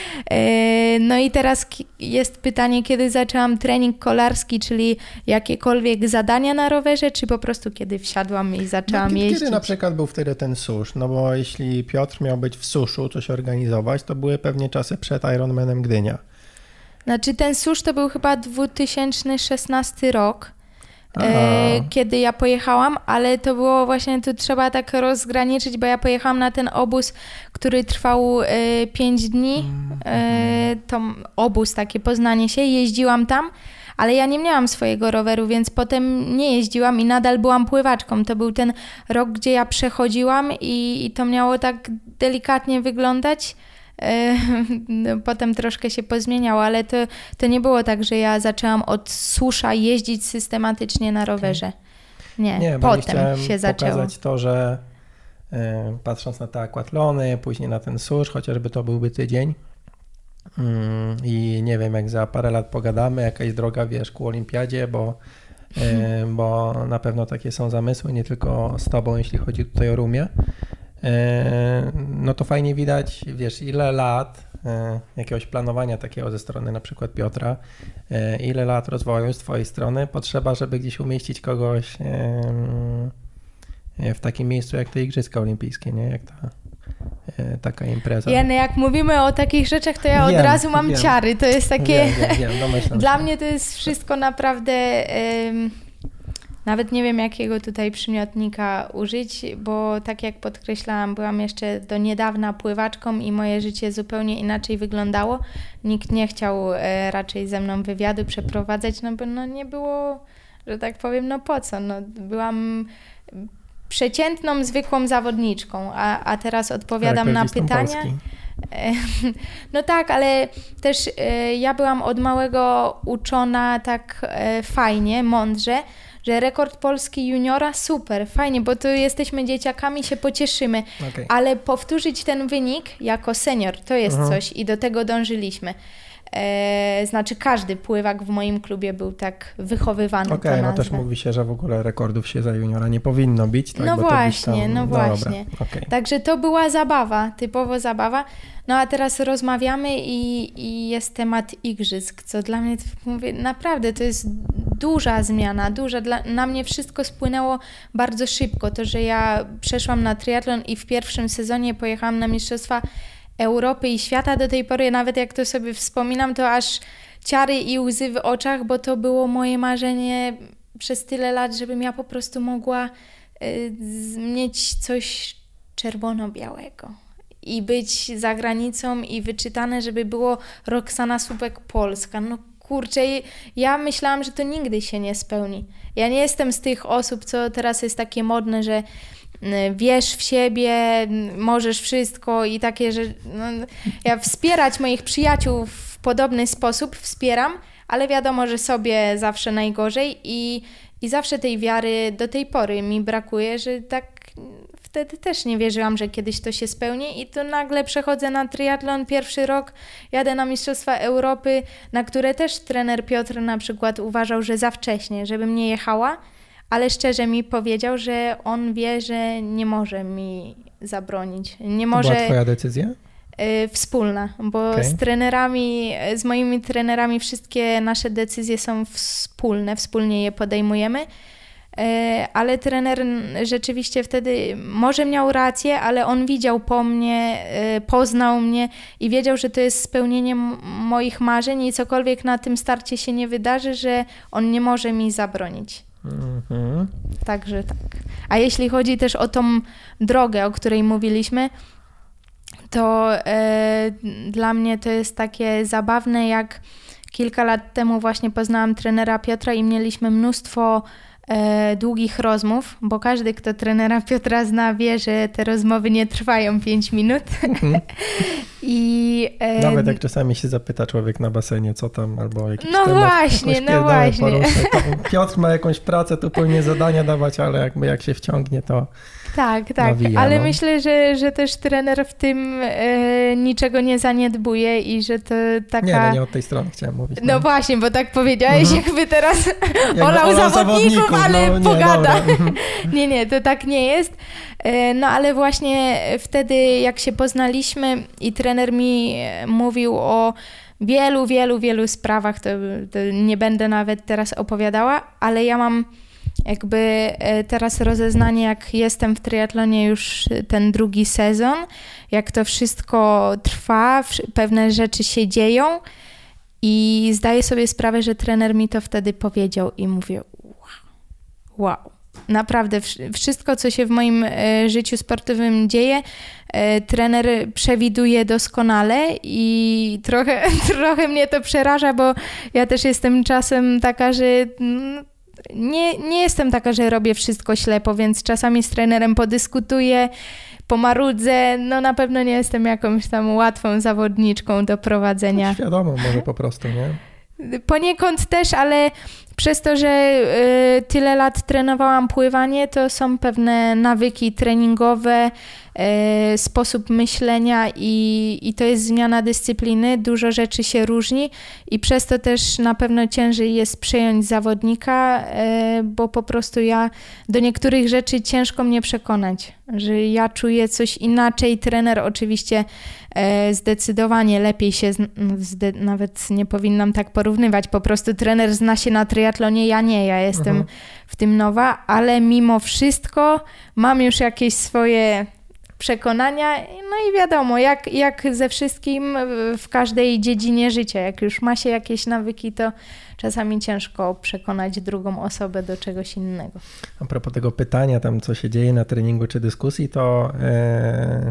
No i teraz jest pytanie, kiedy zaczęłam trening kolarski, czyli jakiekolwiek zadania na rowerze, czy po prostu kiedy wsiadłam i zaczęłam no, jeździć? Kiedy na przykład był wtedy ten Susz? No bo jeśli Piotr miał być w Suszu, coś organizować, to były pewnie czasy przed Ironmanem Gdynia. Znaczy ten Susz to był chyba dwa tysiące szesnasty rok. e, kiedy ja pojechałam, ale to było właśnie, tu trzeba tak rozgraniczyć, bo ja pojechałam na ten obóz, który trwał e, pięć dni, e, to obóz, takie poznanie się, jeździłam tam, ale ja nie miałam swojego roweru, więc potem nie jeździłam i nadal byłam pływaczką. To był ten rok, gdzie ja przechodziłam i, i to miało tak delikatnie wyglądać. Potem troszkę się pozmieniało, ale to, to nie było tak, że ja zaczęłam od susza jeździć systematycznie na rowerze. Nie, nie potem się zaczęło. Pokazać to, że y, patrząc na te aquatlony, później na ten susz, chociażby to byłby tydzień y, i nie wiem, jak za parę lat pogadamy, jakaś droga, wiesz, ku olimpiadzie, bo, y, bo na pewno takie są zamysły, nie tylko z tobą, jeśli chodzi tutaj o Rumię. No to fajnie widać, wiesz, ile lat jakiegoś planowania takiego ze strony na przykład Piotra, ile lat rozwoju z twojej strony potrzeba, żeby gdzieś umieścić kogoś w takim miejscu jak te Igrzyska Olimpijskie, nie? Jak ta taka impreza. Ja, no jak mówimy o takich rzeczach, to ja wiem, od razu mam wiem. ciary. To jest takie... Wiem, wiem, wiem, domyślam Dla się. mnie to jest wszystko naprawdę... Um... Nawet nie wiem, jakiego tutaj przymiotnika użyć, bo tak jak podkreślałam, byłam jeszcze do niedawna pływaczką i moje życie zupełnie inaczej wyglądało. Nikt nie chciał e, raczej ze mną wywiadu przeprowadzać, no bo no, nie było, że tak powiem, no po co? No, byłam przeciętną, zwykłą zawodniczką, a, a teraz odpowiadam na pytania. Polski. No tak, ale też e, ja byłam od małego uczona tak e, fajnie, mądrze, że rekord Polski juniora super, fajnie, bo tu jesteśmy dzieciakami, się pocieszymy, Okay. ale powtórzyć ten wynik jako senior to jest Mhm. coś i do tego dążyliśmy. E, znaczy każdy pływak w moim klubie był tak wychowywany. Okej, okay, to no też nazwę. mówi się, że w ogóle rekordów się za juniora nie powinno bić. Tak? No Bo to właśnie, tam... no właśnie. Dobra, okay. Także to była zabawa, typowo zabawa. No a teraz rozmawiamy i, i jest temat igrzysk, co dla mnie, mówię, naprawdę to jest duża zmiana, duża. Dla, na mnie wszystko spłynęło bardzo szybko. To, że ja przeszłam na triatlon i w pierwszym sezonie pojechałam na Mistrzostwa Europy i świata, do tej pory nawet jak to sobie wspominam, to aż ciary i łzy w oczach, bo to było moje marzenie przez tyle lat, żebym ja po prostu mogła y, mieć coś czerwono-białego i być za granicą i wyczytane, żeby było Roxana Słupek Polska. No kurczę, ja myślałam, że to nigdy się nie spełni. Ja nie jestem z tych osób, co teraz jest takie modne, że wiesz w siebie, możesz wszystko i takie, że no, ja wspierać moich przyjaciół w podobny sposób wspieram, ale wiadomo, że sobie zawsze najgorzej i, i zawsze tej wiary do tej pory mi brakuje, że tak wtedy też nie wierzyłam, że kiedyś to się spełni i tu nagle przechodzę na triatlon, pierwszy rok jadę na Mistrzostwa Europy, na które też trener Piotr na przykład uważał, że za wcześnie, żebym nie jechała, ale szczerze mi powiedział, że on wie, że nie może mi zabronić. Nie może... To była twoja decyzja? Y, wspólna, bo Okay. z trenerami, z moimi trenerami wszystkie nasze decyzje są wspólne, wspólnie je podejmujemy, y, ale trener rzeczywiście wtedy może miał rację, ale on widział po mnie, y, poznał mnie i wiedział, że to jest spełnienie m- moich marzeń i cokolwiek na tym starcie się nie wydarzy, że on nie może mi zabronić. Mhm. Także tak. A jeśli chodzi też o tą drogę, o której mówiliśmy, to e, dla mnie to jest takie zabawne, jak kilka lat temu właśnie poznałam trenera Piotra i mieliśmy mnóstwo e, długich rozmów, bo każdy, kto trenera Piotra zna, wie, że te rozmowy nie trwają pięć minut. Mhm. I, e, Nawet jak czasami się zapyta człowiek na basenie, co tam, albo jakiś No temat, właśnie, jakąś no pierdołę właśnie. poruszy, to Piotr ma jakąś pracę, tu powinien zadania dawać, ale jakby jak się wciągnie, to Tak, tak, nawija, ale no. myślę, że, że też trener w tym e, niczego nie zaniedbuje i że to taka... nie, no nie od tej strony chciałem mówić. No właśnie, bo tak powiedziałeś, Mhm. jakby teraz Jakby olał olał zawodników, zawodników, ale no nie, pogada. dobra. Mhm. Nie, nie, to tak nie jest. E, No ale właśnie wtedy, jak się poznaliśmy i trener mi mówił o wielu, wielu, wielu sprawach, to, to nie będę nawet teraz opowiadała, ale ja mam jakby e, teraz rozeznanie, jak jestem w triatlonie już ten drugi sezon, jak to wszystko trwa, wsz- pewne rzeczy się dzieją i zdaję sobie sprawę, że trener mi to wtedy powiedział i mówię, wow, wow. Naprawdę wszystko, co się w moim e, życiu sportowym dzieje, e, trener przewiduje doskonale i trochę, trochę mnie to przeraża, bo ja też jestem czasem taka, że mm, nie, nie jestem taka, że robię wszystko ślepo, więc czasami z trenerem podyskutuję, pomarudzę, no na pewno nie jestem jakąś tam łatwą zawodniczką do prowadzenia. Świadomą może po prostu, nie? Poniekąd też, ale przez to, że y, tyle lat trenowałam pływanie, to są pewne nawyki treningowe, y, sposób myślenia i, i to jest zmiana dyscypliny. Dużo rzeczy się różni i przez to też na pewno ciężej jest przejąć zawodnika, y, bo po prostu ja do niektórych rzeczy ciężko mnie przekonać, że ja czuję coś inaczej. Trener oczywiście y, zdecydowanie lepiej się, zde, nawet nie powinnam tak porównywać, po prostu trener zna się na triatlonie, ja nie, ja jestem mhm. w tym nowa, ale mimo wszystko mam już jakieś swoje przekonania, no i wiadomo, jak, jak ze wszystkim w każdej dziedzinie życia, jak już ma się jakieś nawyki, to czasami ciężko przekonać drugą osobę do czegoś innego. A propos tego pytania tam, co się dzieje na treningu czy dyskusji, to yy...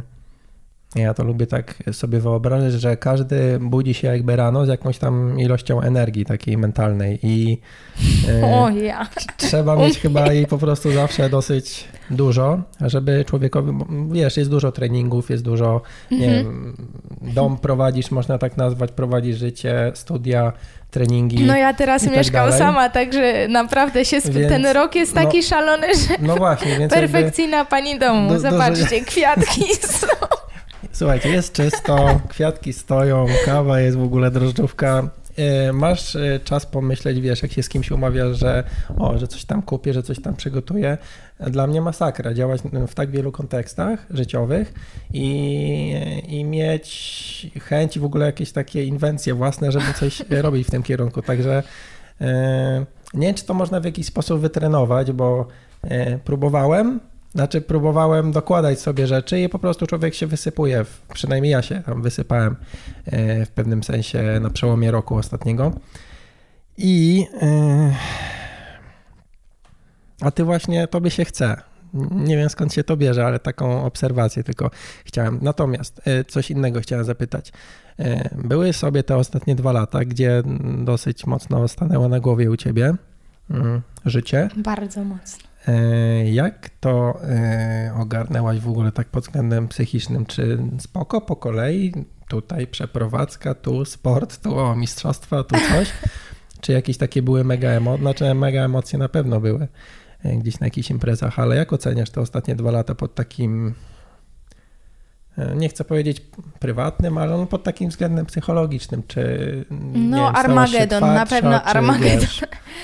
ja to lubię tak sobie wyobrażać, że każdy budzi się jakby rano z jakąś tam ilością energii takiej mentalnej i e, o, ja. trzeba mieć chyba jej po prostu zawsze dosyć dużo, żeby człowiekowi, wiesz, jest dużo treningów, jest dużo, nie mm-hmm. wiem, dom prowadzisz, można tak nazwać, prowadzisz życie, studia, treningi. No ja teraz tak mieszkam dalej. sama, także naprawdę się sp- więc, ten rok jest taki no, szalony, że no właśnie, więc perfekcyjna jakby pani domu. Do, Zobaczcie, do... kwiatki są. Słuchajcie, jest czysto, kwiatki stoją, kawa jest w ogóle, drożdżówka. Masz czas pomyśleć, wiesz, jak się z kimś umawiasz, że o, że coś tam kupię, że coś tam przygotuję. Dla mnie masakra działać w tak wielu kontekstach życiowych i, i mieć chęć i w ogóle jakieś takie inwencje własne, żeby coś robić w tym kierunku. Także nie wiem, czy to można w jakiś sposób wytrenować, bo próbowałem. Znaczy próbowałem dokładać sobie rzeczy i po prostu człowiek się wysypuje, przynajmniej ja się tam wysypałem w pewnym sensie na przełomie roku ostatniego. I a ty właśnie, tobie się chce. Nie wiem skąd się to bierze, ale taką obserwację tylko chciałem. Natomiast coś innego chciałem zapytać. Były sobie te ostatnie dwa lata, gdzie dosyć mocno stanęło na głowie u ciebie życie. Bardzo mocno. Jak to ogarnęłaś w ogóle tak pod względem psychicznym? Czy spoko po kolei? Tutaj przeprowadzka, tu sport, tu o, mistrzostwa, tu coś? Czy jakieś takie były mega emocje? Znaczy mega emocje na pewno były gdzieś na jakichś imprezach, ale jak oceniasz te ostatnie dwa lata pod takim, nie chcę powiedzieć prywatnym, ale no pod takim względem psychologicznym? Czy no nie, Armagedon, twardsza, na pewno czy, Armagedon. Wiesz,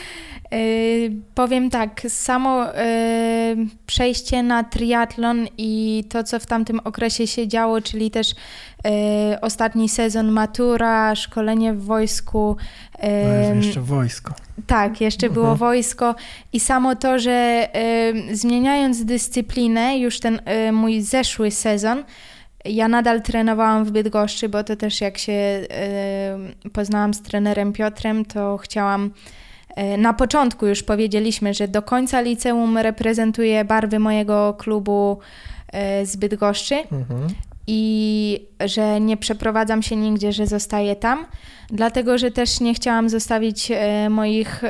Yy, powiem tak, samo yy, przejście na triatlon i to, co w tamtym okresie się działo, czyli też yy, ostatni sezon matura, szkolenie w wojsku. Yy, no jeszcze wojsko. Tak, jeszcze uh-huh. było wojsko i samo to, że yy, zmieniając dyscyplinę, już ten yy, mój zeszły sezon, ja nadal trenowałam w Bydgoszczy, bo to też jak się yy, poznałam z trenerem Piotrem, to chciałam. Na początku już powiedzieliśmy, że do końca liceum reprezentuję barwy mojego klubu z Bydgoszczy mhm. i że nie przeprowadzam się nigdzie, że zostaję tam, dlatego że też nie chciałam zostawić moich,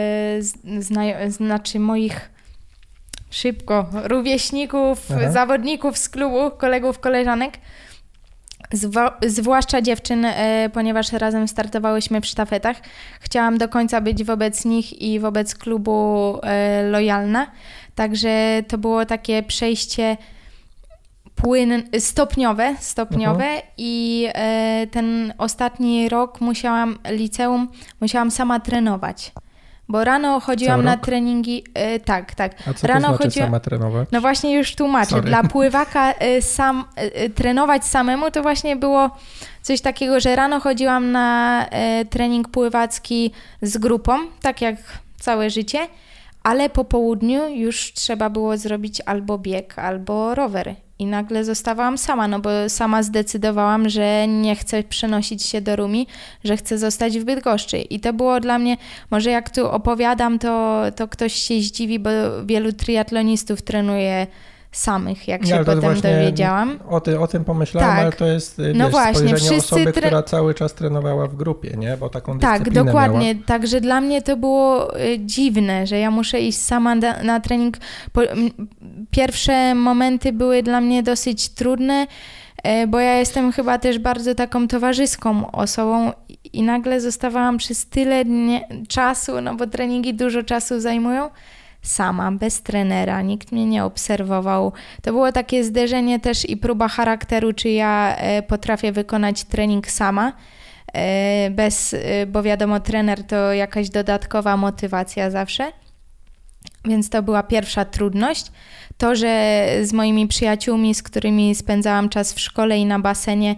zna- znaczy moich szybko rówieśników, Aha. zawodników z klubu, kolegów, koleżanek. Zwa, zwłaszcza dziewczyn, e, ponieważ razem startowałyśmy w sztafetach. Chciałam do końca być wobec nich i wobec klubu e, lojalna. Także to było takie przejście płyn, stopniowe, stopniowe uh-huh. i e, ten ostatni rok musiałam, liceum, musiałam sama trenować. Bo rano chodziłam na treningi, y, tak, tak. A co rano to znaczy chodziła... sama trenować? No właśnie już tłumaczę. Sorry. Dla pływaka y, sam, y, trenować samemu to właśnie było coś takiego, że rano chodziłam na y, trening pływacki z grupą, tak jak całe życie, ale po południu już trzeba było zrobić albo bieg, albo rower. I nagle zostawałam sama, no bo sama zdecydowałam, że nie chcę przenosić się do Rumi, że chcę zostać w Bydgoszczy. I to było dla mnie, może jak tu opowiadam, to, to ktoś się zdziwi, bo wielu triatlonistów trenuje samych, jak się ja, potem dowiedziałam. O, ty, o tym pomyślałam, tak. ale to jest wiesz, no właśnie, spojrzenie osoby, tre... która cały czas trenowała w grupie, nie? Bo taką dyscyplinę Tak, dokładnie. Miała. Także dla mnie to było y, dziwne, że ja muszę iść sama na, na trening. Po, m, pierwsze momenty były dla mnie dosyć trudne, y, bo ja jestem chyba też bardzo taką towarzyską osobą i nagle zostawałam przez tyle dnie, czasu, no bo treningi dużo czasu zajmują, sama, bez trenera, nikt mnie nie obserwował. To było takie zderzenie też i próba charakteru, czy ja e, potrafię wykonać trening sama, e, bez, e, bo wiadomo, trener to jakaś dodatkowa motywacja zawsze. Więc to była pierwsza trudność. To, że z moimi przyjaciółmi, z którymi spędzałam czas w szkole i na basenie,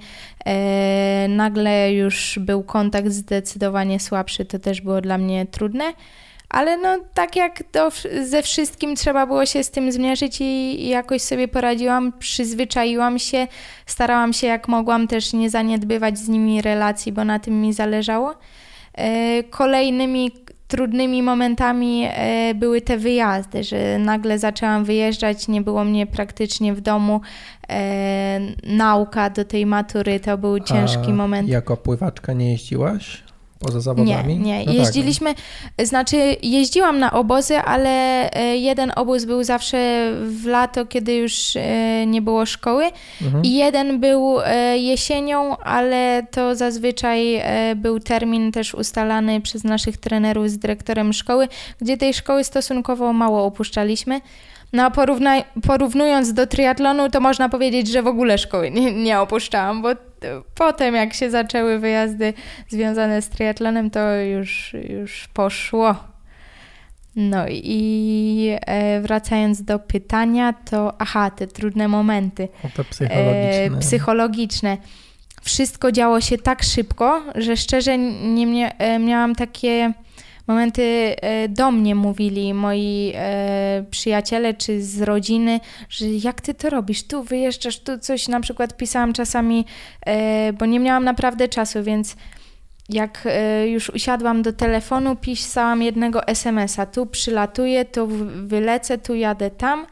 e, nagle już był kontakt zdecydowanie słabszy, to też było dla mnie trudne. Ale no tak jak to ze wszystkim trzeba było się z tym zmierzyć i, i jakoś sobie poradziłam, przyzwyczaiłam się, starałam się jak mogłam też nie zaniedbywać z nimi relacji, bo na tym mi zależało. E, kolejnymi trudnymi momentami e, były te wyjazdy, że nagle zaczęłam wyjeżdżać, nie było mnie praktycznie w domu, e, nauka do tej matury, to był ciężki A moment. Jako pływaczka nie jeździłaś? Poza zawodami? Nie, nie. No Jeździliśmy, tak. znaczy jeździłam na obozy, ale jeden obóz był zawsze w lato, kiedy już nie było szkoły mhm. i jeden był jesienią, ale to zazwyczaj był termin też ustalany przez naszych trenerów z dyrektorem szkoły, gdzie tej szkoły stosunkowo mało opuszczaliśmy. No a porówna- porównując do triatlonu, to można powiedzieć, że w ogóle szkoły nie, nie opuszczałam, bo potem jak się zaczęły wyjazdy związane z triatlonem, to już, już poszło. No i e, wracając do pytania, to aha, te trudne momenty. O, to psychologiczne. E, psychologiczne. Wszystko działo się tak szybko, że szczerze nie mia- e, miałam takie momenty, do mnie mówili moi e, przyjaciele czy z rodziny, że jak ty to robisz, tu wyjeżdżasz, tu coś, na przykład pisałam czasami, e, bo nie miałam naprawdę czasu, więc jak e, już usiadłam do telefonu, pisałam jednego es em es a, tu przylatuję, tu wylecę, tu jadę tam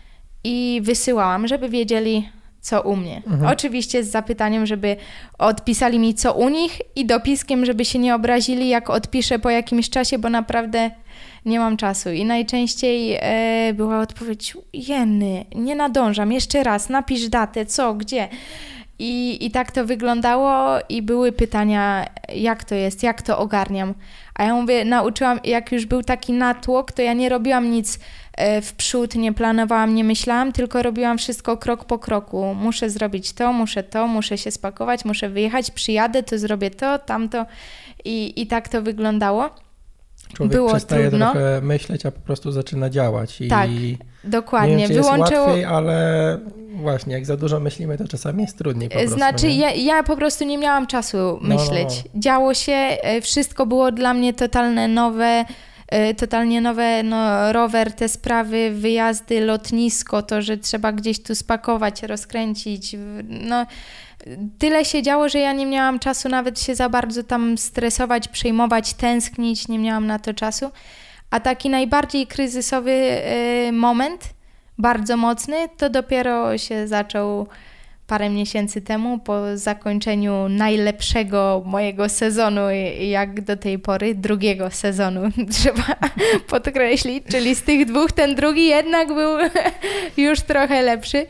i wysyłałam, żeby wiedzieli, co u mnie. Mhm. Oczywiście z zapytaniem, żeby odpisali mi, co u nich i dopiskiem, żeby się nie obrazili, jak odpiszę po jakimś czasie, bo naprawdę nie mam czasu. I najczęściej e, była odpowiedź, Jenny, nie nadążam, jeszcze raz, napisz datę, co, gdzie. I, I tak to wyglądało i były pytania, jak to jest, jak to ogarniam. A ja mówię, nauczyłam, jak już był taki natłok, to ja nie robiłam nic w przód, nie planowałam, nie myślałam, tylko robiłam wszystko krok po kroku. Muszę zrobić to, muszę to, muszę się spakować, muszę wyjechać, przyjadę, to zrobię to, tamto i, i tak to wyglądało. Człowiek Było przestaje trudno. trochę myśleć, a po prostu zaczyna działać. I tak, dokładnie. Nie wiem, czy Wyłączyło... jest łatwiej, ale właśnie, jak za dużo myślimy, to czasami jest trudniej po prostu. Znaczy, nie? ja, ja po prostu nie miałam czasu myśleć. No, no. Działo się, wszystko było dla mnie totalne nowe, totalnie nowe, no, rower, te sprawy, wyjazdy, lotnisko, to, że trzeba gdzieś tu spakować, rozkręcić, no tyle się działo, że ja nie miałam czasu nawet się za bardzo tam stresować, przejmować, tęsknić, nie miałam na to czasu, a taki najbardziej kryzysowy y, moment, bardzo mocny, to dopiero się zaczął parę miesięcy temu, po zakończeniu najlepszego mojego sezonu, jak do tej pory, drugiego sezonu, trzeba podkreślić, czyli z tych dwóch ten drugi jednak był już trochę lepszy,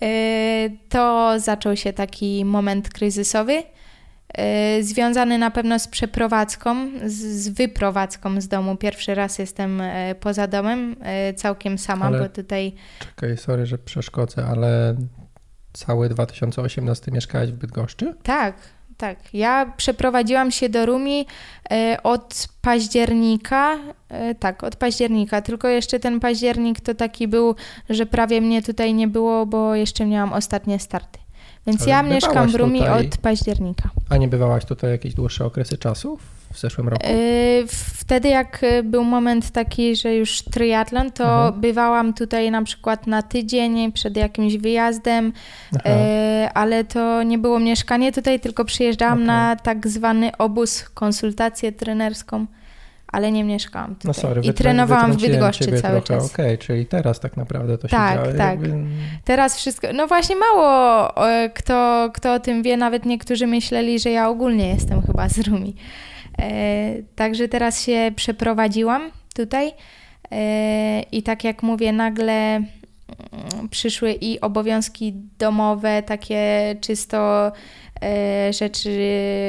to zaczął się taki moment kryzysowy, związany na pewno z przeprowadzką, z wyprowadzką z domu. Pierwszy raz jestem poza domem, całkiem sama, ale bo tutaj... Czekaj, sorry, że przeszkodzę, ale... Cały dwa tysiące osiemnasty mieszkałaś w Bydgoszczy? Tak, tak. Ja przeprowadziłam się do Rumi e, od października, e, tak, od października, tylko jeszcze ten październik to taki był, że prawie mnie tutaj nie było, bo jeszcze miałam ostatnie starty. Więc ale ja mieszkam w Rumi tutaj... od października. A nie bywałaś tutaj jakieś dłuższe okresy czasu w zeszłym roku? E, w wtedy jak był moment taki, że już triatlon, to mhm. bywałam tutaj na przykład na tydzień przed jakimś wyjazdem, e, ale to nie było mieszkanie tutaj, tylko przyjeżdżałam okay. na tak zwany obóz, konsultację trenerską, ale nie mieszkałam tutaj. No sorry, I trenowałam w Bydgoszczy cały trochę. czas. Okej, okay, czyli teraz tak naprawdę to tak, się dzieje. Tak, tak. Teraz wszystko, no właśnie mało kto, kto o tym wie, nawet niektórzy myśleli, że ja ogólnie jestem chyba z Rumi. E, także teraz się przeprowadziłam tutaj e, i tak jak mówię, nagle m, przyszły i obowiązki domowe, takie czysto e, rzeczy...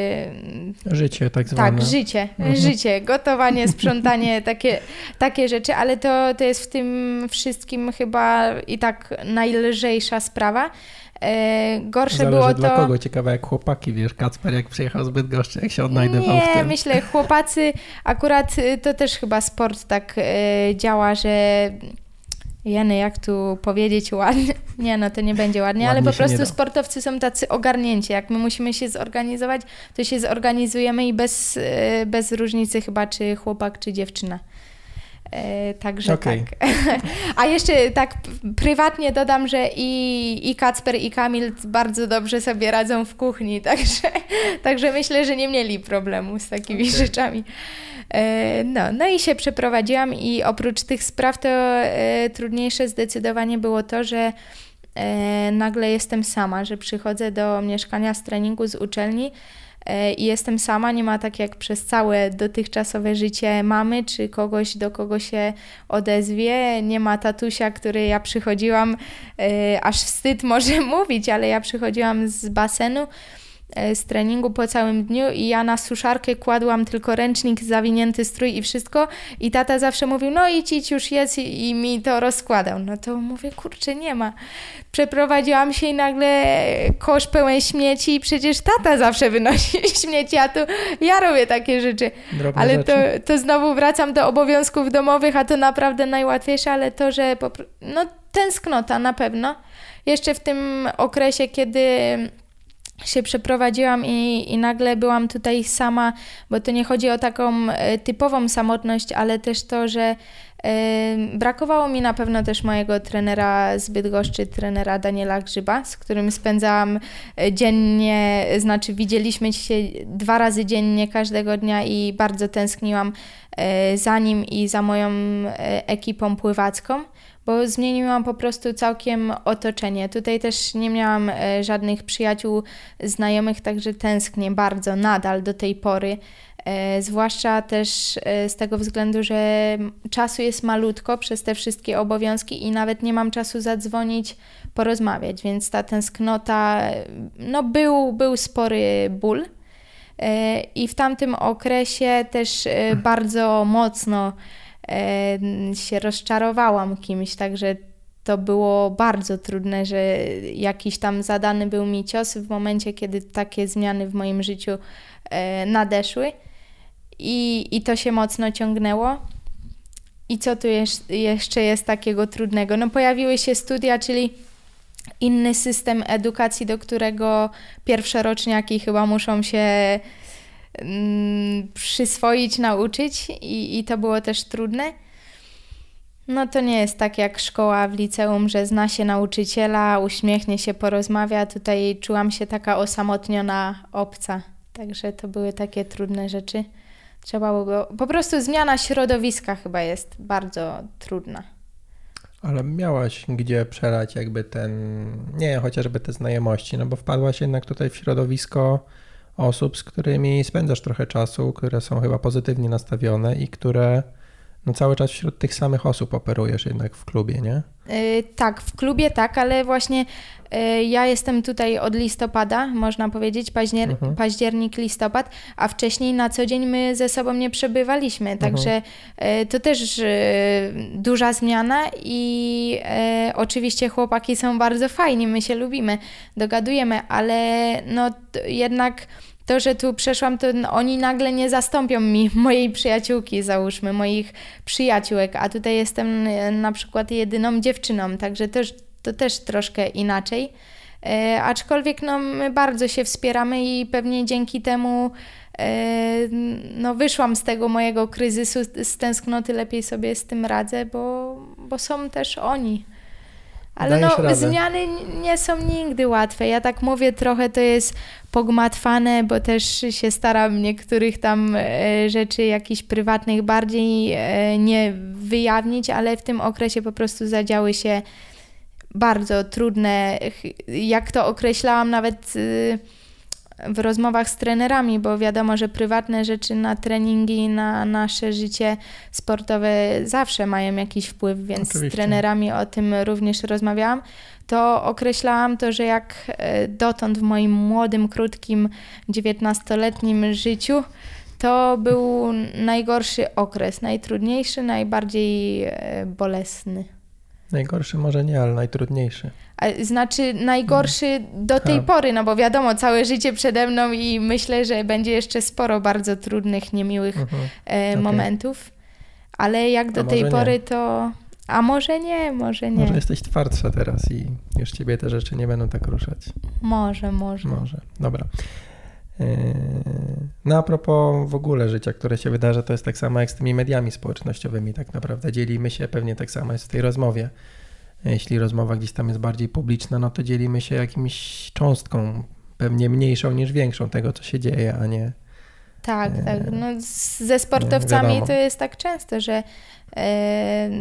Życie tak zwane. Tak, życie, mhm. życie, gotowanie, sprzątanie, takie, takie rzeczy, ale to, to jest w tym wszystkim chyba i tak najlżejsza sprawa. E, gorsze Zależy było dla to... kogo, ciekawe jak chłopaki, wiesz, Kacper jak przyjechał z Bydgoszczy, jak się odnajdywał Nie, w tym. myślę, chłopacy, akurat to też chyba sport tak e, działa, że Jeny, jak tu powiedzieć ładnie? Nie, no to nie będzie ładnie, ładnie ale po prostu sportowcy są tacy ogarnięci. Jak my musimy się zorganizować, to się zorganizujemy i bez, bez różnicy chyba, czy chłopak, czy dziewczyna. E, także okay. tak. A jeszcze tak prywatnie dodam, że i, i Kacper, i Kamil bardzo dobrze sobie radzą w kuchni, także, także myślę, że nie mieli problemu z takimi okay. rzeczami. E, no, no i się przeprowadziłam i oprócz tych spraw to e, trudniejsze zdecydowanie było to, że e, nagle jestem sama, że przychodzę do mieszkania z treningu z uczelni i jestem sama, nie ma tak jak przez całe dotychczasowe życie mamy, czy kogoś, do kogo się odezwie, nie ma tatusia, który ja przychodziłam, e, aż wstyd może mówić, ale ja przychodziłam z basenu, e, z treningu po całym dniu i ja na suszarkę kładłam tylko ręcznik, zawinięty strój i wszystko i tata zawsze mówił, no idź, idź, już jest i, i mi to rozkładał. No to mówię, kurczę, nie ma. Przeprowadziłam się i nagle kosz pełen śmieci i przecież tata zawsze wynosi śmieci, a tu ja robię takie rzeczy. Drobne ale rzeczy. To, to znowu wracam do obowiązków domowych, a to naprawdę najłatwiejsze, ale to, że popr- no tęsknota na pewno. Jeszcze w tym okresie, kiedy się przeprowadziłam i, i nagle byłam tutaj sama, bo to nie chodzi o taką e, typową samotność, ale też to, że e, brakowało mi na pewno też mojego trenera z Bydgoszczy, trenera Daniela Grzyba, z którym spędzałam dziennie, znaczy widzieliśmy się dwa razy dziennie każdego dnia i bardzo tęskniłam e, za nim i za moją e, ekipą pływacką, bo zmieniłam po prostu całkiem otoczenie. Tutaj też nie miałam e, żadnych przyjaciół, znajomych, także tęsknię bardzo nadal do tej pory. E, zwłaszcza też e, z tego względu, że czasu jest malutko przez te wszystkie obowiązki i nawet nie mam czasu zadzwonić, porozmawiać, więc ta tęsknota, no był, był spory ból. E, I w tamtym okresie też e, bardzo mocno się rozczarowałam kimś, także to było bardzo trudne, że jakiś tam zadany był mi cios w momencie, kiedy takie zmiany w moim życiu nadeszły i, i to się mocno ciągnęło. I co tu jeszcze jest takiego trudnego? No pojawiły się studia, czyli inny system edukacji, do którego pierwszoroczniaki chyba muszą się przyswoić, nauczyć i, i to było też trudne. No to nie jest tak jak szkoła w liceum, że zna się nauczyciela, uśmiechnie się, porozmawia. Tutaj czułam się taka osamotniona, obca. Także to były takie trudne rzeczy. Trzeba było... Po prostu zmiana środowiska chyba jest bardzo trudna. Ale miałaś gdzie przelać jakby ten, nie chociażby te znajomości, no bo wpadłaś jednak tutaj w środowisko osób, z którymi spędzasz trochę czasu, które są chyba pozytywnie nastawione i które no cały czas wśród tych samych osób operujesz jednak w klubie, nie? Yy, tak, w klubie tak, ale właśnie yy, ja jestem tutaj od listopada, można powiedzieć, paździer- mhm. październik, listopad, a wcześniej na co dzień my ze sobą nie przebywaliśmy, także mhm. yy, to też yy, duża zmiana i yy, oczywiście chłopaki są bardzo fajni, my się lubimy, dogadujemy, ale no t- jednak to, że tu przeszłam, to oni nagle nie zastąpią mi mojej przyjaciółki, załóżmy, moich przyjaciółek, a tutaj jestem na przykład jedyną dziewczyną, także to, to też troszkę inaczej. E, aczkolwiek no, my bardzo się wspieramy i pewnie dzięki temu no wyszłam z tego mojego kryzysu, z tęsknoty, lepiej sobie z tym radzę, bo, bo są też oni. Ale Dajesz no radę. zmiany nie są nigdy łatwe. Ja tak mówię, trochę to jest pogmatwane, bo też się staram niektórych tam e, rzeczy jakichś prywatnych bardziej e, nie wyjawnić, ale w tym okresie po prostu zadziały się bardzo trudne, jak to określałam nawet e, w rozmowach z trenerami, bo wiadomo, że prywatne rzeczy na treningi, na nasze życie sportowe zawsze mają jakiś wpływ, więc Oczywiście. z trenerami o tym również rozmawiałam. To określałam to, że jak dotąd w moim młodym, krótkim, dziewiętnastoletnim życiu to był najgorszy okres, najtrudniejszy, najbardziej bolesny. Najgorszy może nie, ale najtrudniejszy. A, znaczy najgorszy do tej A. pory, no bo wiadomo, całe życie przede mną i myślę, że będzie jeszcze sporo bardzo trudnych, niemiłych Mhm. e, Okay. momentów, ale jak do A tej może pory nie. to... A może nie, może nie. Może jesteś twardsza teraz i już ciebie te rzeczy nie będą tak ruszać. Może, może. Może. Dobra. Yy, No a propos w ogóle życia, które się wydarza, to jest tak samo jak z tymi mediami społecznościowymi. Tak naprawdę dzielimy się, pewnie tak samo jest w tej rozmowie. Jeśli rozmowa gdzieś tam jest bardziej publiczna, no to dzielimy się jakimś cząstką, pewnie mniejszą niż większą tego, co się dzieje, a nie... Tak, e, tak. No, z, ze sportowcami wiadomo. to jest tak często, że e,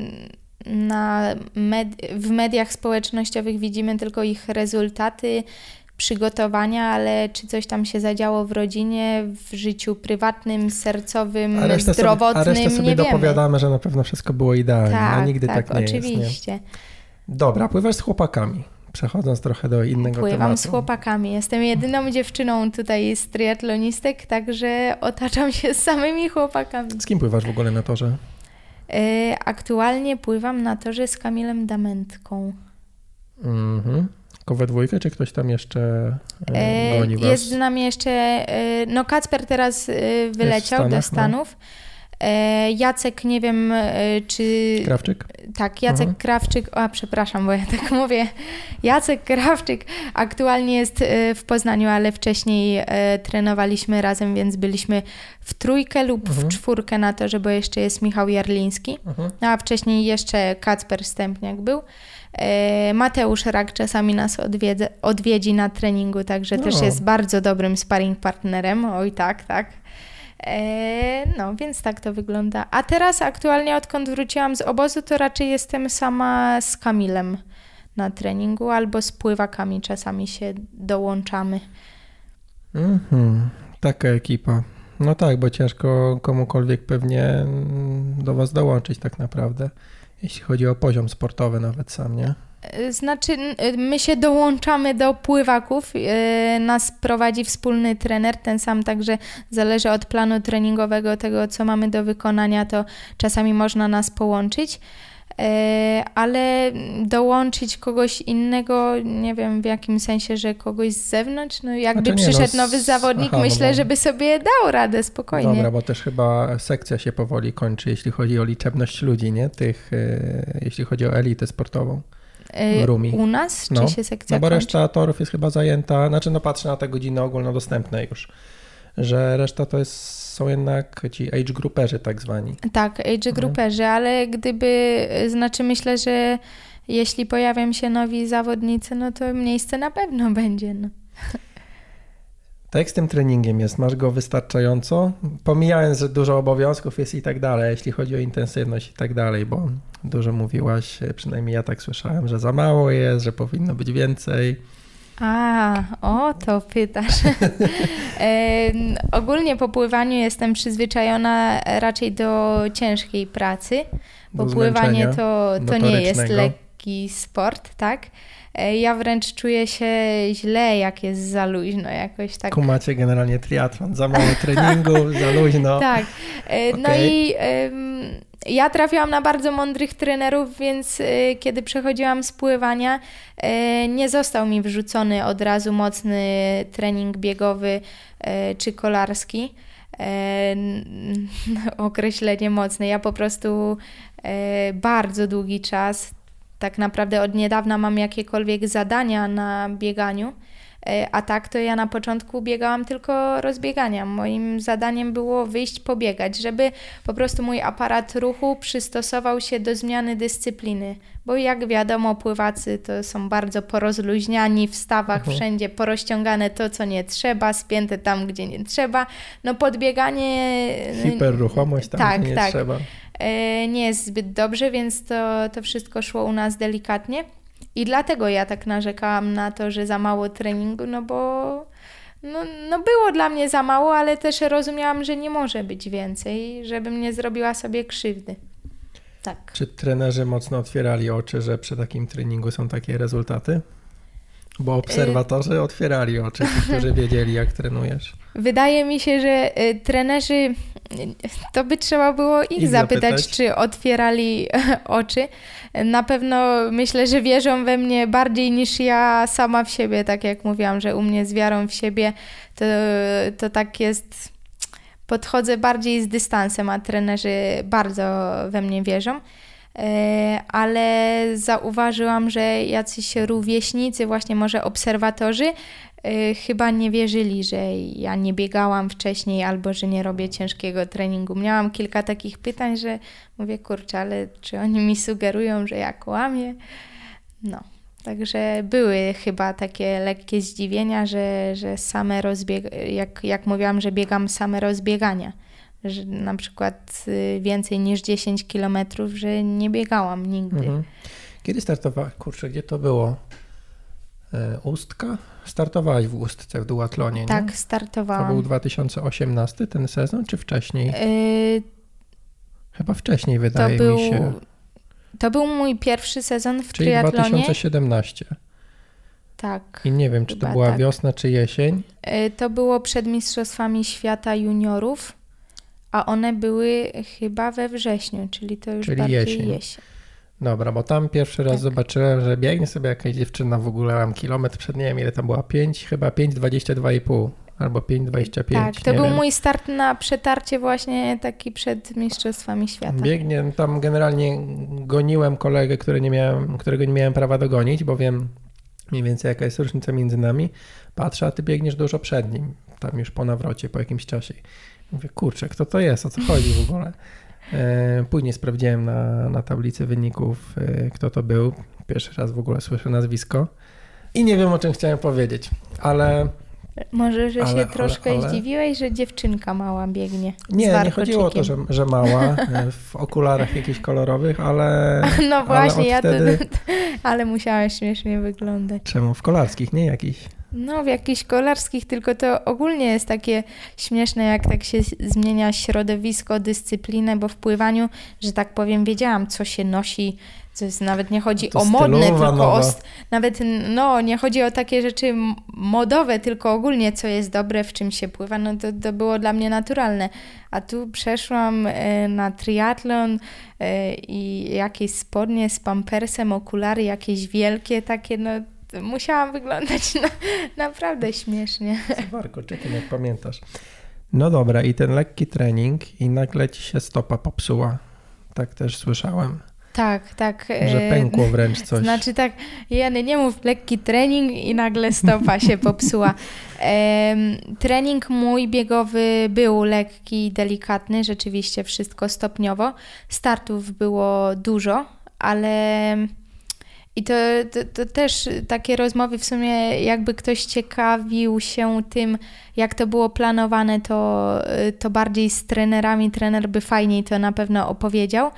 na med- w mediach społecznościowych widzimy tylko ich rezultaty, przygotowania, ale czy coś tam się zadziało w rodzinie, w życiu prywatnym, sercowym, A resztę zdrowotnym, sobie, a resztę sobie nie wiemy. dopowiadamy, że na pewno wszystko było idealnie, Tak, a nigdy tak, tak, nie oczywiście. jest. Nie? Dobra, pływasz z chłopakami, przechodząc trochę do innego Pływam tematu. z chłopakami. Jestem jedyną dziewczyną tutaj z triatlonistek, także otaczam się samymi chłopakami. Z kim pływasz w ogóle na torze? Yy, aktualnie pływam na torze z Kamilem Damentką. Mhm. Tylko we dwójkę, czy ktoś tam jeszcze e, Yy, goni was? jest z nami jeszcze, yy, no Kacper teraz yy, wyleciał Stanach, do Stanów. Yy, Jacek, nie wiem yy, czy... Krawczyk? Tak, Jacek Mhm. Krawczyk, a przepraszam, bo ja tak mówię, Jacek Krawczyk aktualnie jest y, w Poznaniu, ale wcześniej y, trenowaliśmy razem, więc byliśmy w trójkę lub Mhm. w czwórkę na torze, bo jeszcze jest Michał Jarliński, Mhm. a wcześniej jeszcze Kacper Stępniak był. Y, Mateusz Rak czasami nas odwiedze, odwiedzi na treningu, także No. też jest bardzo dobrym sparring partnerem, oj tak, tak. No, więc tak to wygląda. A teraz aktualnie, odkąd wróciłam z obozu, to raczej jestem sama z Kamilem na treningu albo z pływakami czasami się dołączamy. Mhm. Taka ekipa. No tak, bo ciężko komukolwiek pewnie do was dołączyć tak naprawdę, jeśli chodzi o poziom sportowy nawet sam, nie? Znaczy, my się dołączamy do pływaków, nas prowadzi wspólny trener, ten sam, także zależy od planu treningowego, tego co mamy do wykonania, to czasami można nas połączyć, ale dołączyć kogoś innego, nie wiem w jakim sensie, że kogoś z zewnątrz, no jakby Znaczy nie, przyszedł no, nowy zawodnik, aha, myślę, no bo... żeby sobie dał radę spokojnie. Dobra, bo też chyba sekcja się powoli kończy, jeśli chodzi o liczebność ludzi, nie? Tych, yy, jeśli chodzi o elitę sportową. Rumi. U nas? Czy no, się sekcja No bo kończy? reszta torów jest chyba zajęta, znaczy no patrzę na te godziny ogólnodostępne już, że reszta to jest, są jednak ci age grouperzy tak zwani. Tak, age grouperzy, mhm. ale gdyby, znaczy myślę, że jeśli pojawią się nowi zawodnicy, no to miejsce na pewno będzie. No. Tak jak z tym treningiem jest, masz go wystarczająco, pomijając, że dużo obowiązków jest i tak dalej, jeśli chodzi o intensywność i tak dalej, bo dużo mówiłaś, przynajmniej ja tak słyszałem, że za mało jest, że powinno być więcej. A, o to pytasz. e, ogólnie po pływaniu jestem przyzwyczajona raczej do ciężkiej pracy, bo do pływanie to, to nie jest lekki sport, tak? Ja wręcz czuję się źle, jak jest za luźno jakoś tak. Kumacie generalnie triatlon, za mało treningu, za luźno. Tak, no okay. i um, ja trafiłam na bardzo mądrych trenerów, więc y, kiedy przechodziłam z pływania, y, nie został mi wrzucony od razu mocny trening biegowy y, czy kolarski. Y, określenie mocne. Ja po prostu y, bardzo długi czas, tak naprawdę od niedawna mam jakiekolwiek zadania na bieganiu, A tak to ja na początku biegałam tylko rozbiegania. Moim zadaniem było wyjść pobiegać, żeby po prostu mój aparat ruchu przystosował się do zmiany dyscypliny. Bo jak wiadomo, pływacy to są bardzo porozluźniani, w stawach uh-huh. wszędzie porozciągane to, co nie trzeba, spięte tam, gdzie nie trzeba. No podbieganie... Hiperruchomość tam, tak, gdzie nie tak. trzeba. Nie jest zbyt dobrze, więc to, to wszystko szło u nas delikatnie. I dlatego ja tak narzekałam na to, że za mało treningu, no bo no, no było dla mnie za mało, ale też rozumiałam, że nie może być więcej, żebym nie zrobiła sobie krzywdy. Tak. Czy trenerzy mocno otwierali oczy, że przy takim treningu są takie rezultaty? Bo obserwatorzy otwierali oczy, ci, którzy wiedzieli, jak trenujesz. Wydaje mi się, że trenerzy, to by trzeba było ich, ich zapytać, zapytać, czy otwierali oczy. Na pewno myślę, że wierzą we mnie bardziej niż ja sama w siebie, tak jak mówiłam, że u mnie z wiarą w siebie to, to tak jest, podchodzę bardziej z dystansem, a trenerzy bardzo we mnie wierzą. Ale zauważyłam, że jacyś rówieśnicy, właśnie może obserwatorzy, chyba nie wierzyli, że ja nie biegałam wcześniej albo że nie robię ciężkiego treningu. Miałam kilka takich pytań, że mówię, kurczę, ale czy oni mi sugerują, że ja kłamię? No, także były chyba takie lekkie zdziwienia, że, że same rozbieg... jak, jak mówiłam, że biegam same rozbiegania. Że na przykład więcej niż dziesięć kilometrów, że nie biegałam nigdy. Mhm. Kiedy startowałaś? Kurczę, gdzie to było? E, Ustka? Startowałaś w Ustce w duatlonie, nie? Tak, startowałam. To był dwa tysiące osiemnasty ten sezon, czy wcześniej? Y... Chyba wcześniej, wydaje był... mi się. To był mój pierwszy sezon w Czyli triatlonie. dwa tysiące siedemnasty. Tak. I nie wiem, czy to była tak. wiosna, czy jesień. Y, to było przed Mistrzostwami Świata Juniorów. A one były chyba we wrześniu, czyli to już czyli bardziej jesień. jesień. Dobra, bo tam pierwszy raz tak. zobaczyłem, że biegnie sobie jakaś dziewczyna w ogóle, mam kilometr przed, nie wiem ile tam była, pięć, chyba pięć dwadzieścia dwa i pół albo pięć dwadzieścia pięć. Tak, to był wiem. mój start na przetarcie właśnie taki przed Mistrzostwami Świata. Biegnie, tam generalnie goniłem kolegę, który nie miałem, którego nie miałem prawa dogonić, bo wiem mniej więcej jaka jest różnica między nami. Patrzę, a ty biegniesz dużo przed nim, tam już po nawrocie, po jakimś czasie. Mówię, kurczę, kto to jest, o co chodzi w ogóle? Później sprawdziłem na, na tablicy wyników, kto to był. Pierwszy raz w ogóle słyszę nazwisko i nie wiem, o czym chciałem powiedzieć, ale... Może, że ale, się troszkę ale, ale... zdziwiłeś, że dziewczynka mała biegnie. Nie, nie chodziło o to, że, że mała, w okularach jakichś kolorowych, ale... No właśnie, ale ja wtedy... to... Ale musiała śmiesznie wyglądać. Czemu? W kolarskich, nie jakichś? No, w jakichś kolarskich, tylko to ogólnie jest takie śmieszne, jak tak się zmienia środowisko, dyscyplinę, bo w pływaniu, że tak powiem, wiedziałam, co się nosi, co jest, nawet nie chodzi o modne, tylko o, nawet no, nie chodzi o takie rzeczy modowe, tylko ogólnie, co jest dobre, w czym się pływa, no to, to było dla mnie naturalne. A tu przeszłam e, na triatlon e, i jakieś spodnie z pampersem, okulary jakieś wielkie takie, no musiałam wyglądać na, naprawdę śmiesznie. Warko, czekaj, jak pamiętasz. No dobra, i ten lekki trening i nagle ci się stopa popsuła. Tak też słyszałem. Tak, tak. Że pękło wręcz coś. Znaczy tak, Jany, nie mów lekki trening i nagle stopa się popsuła. Ehm, trening mój biegowy był lekki i delikatny, rzeczywiście wszystko stopniowo. Startów było dużo, ale... I to, to, to też takie rozmowy w sumie, jakby ktoś ciekawił się tym, jak to było planowane, to, to bardziej z trenerami, trener by fajniej to na pewno opowiedział,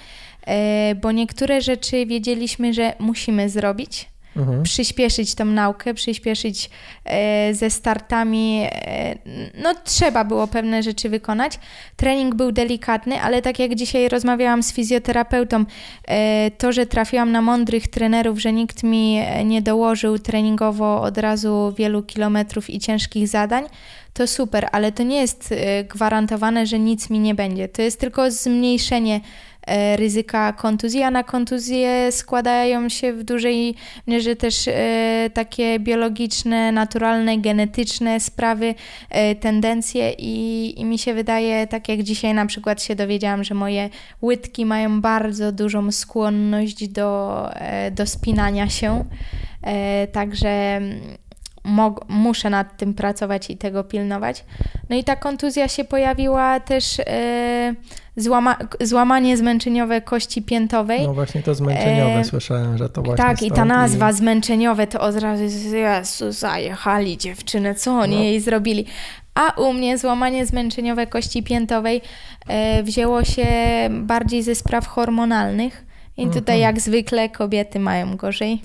bo niektóre rzeczy wiedzieliśmy, że musimy zrobić, mhm. przyspieszyć tą naukę, przyspieszyć e, ze startami, e, no trzeba było pewne rzeczy wykonać. Trening był delikatny, ale tak jak dzisiaj rozmawiałam z fizjoterapeutą, e, to, że trafiłam na mądrych trenerów, że nikt mi nie dołożył treningowo od razu wielu kilometrów i ciężkich zadań, to super, ale to nie jest e, gwarantowane, że nic mi nie będzie. To jest tylko zmniejszenie ryzyka kontuzji, a na kontuzje składają się w dużej mierze też e, takie biologiczne, naturalne, genetyczne sprawy, e, tendencje i, i mi się wydaje, tak jak dzisiaj na przykład się dowiedziałam, że moje łydki mają bardzo dużą skłonność do, e, do spinania się, e, także Mog- muszę nad tym pracować i tego pilnować. No i ta kontuzja się pojawiła też e, złama- złamanie zmęczeniowe kości piętowej. No właśnie to zmęczeniowe e, słyszałem, że to właśnie Tak, stąd. i ta nazwa i... zmęczeniowe to od razu Jezus, zajechali dziewczynę, co oni no. jej zrobili? A u mnie złamanie zmęczeniowe kości piętowej e, wzięło się bardziej ze spraw hormonalnych i tutaj mhm. jak zwykle kobiety mają gorzej.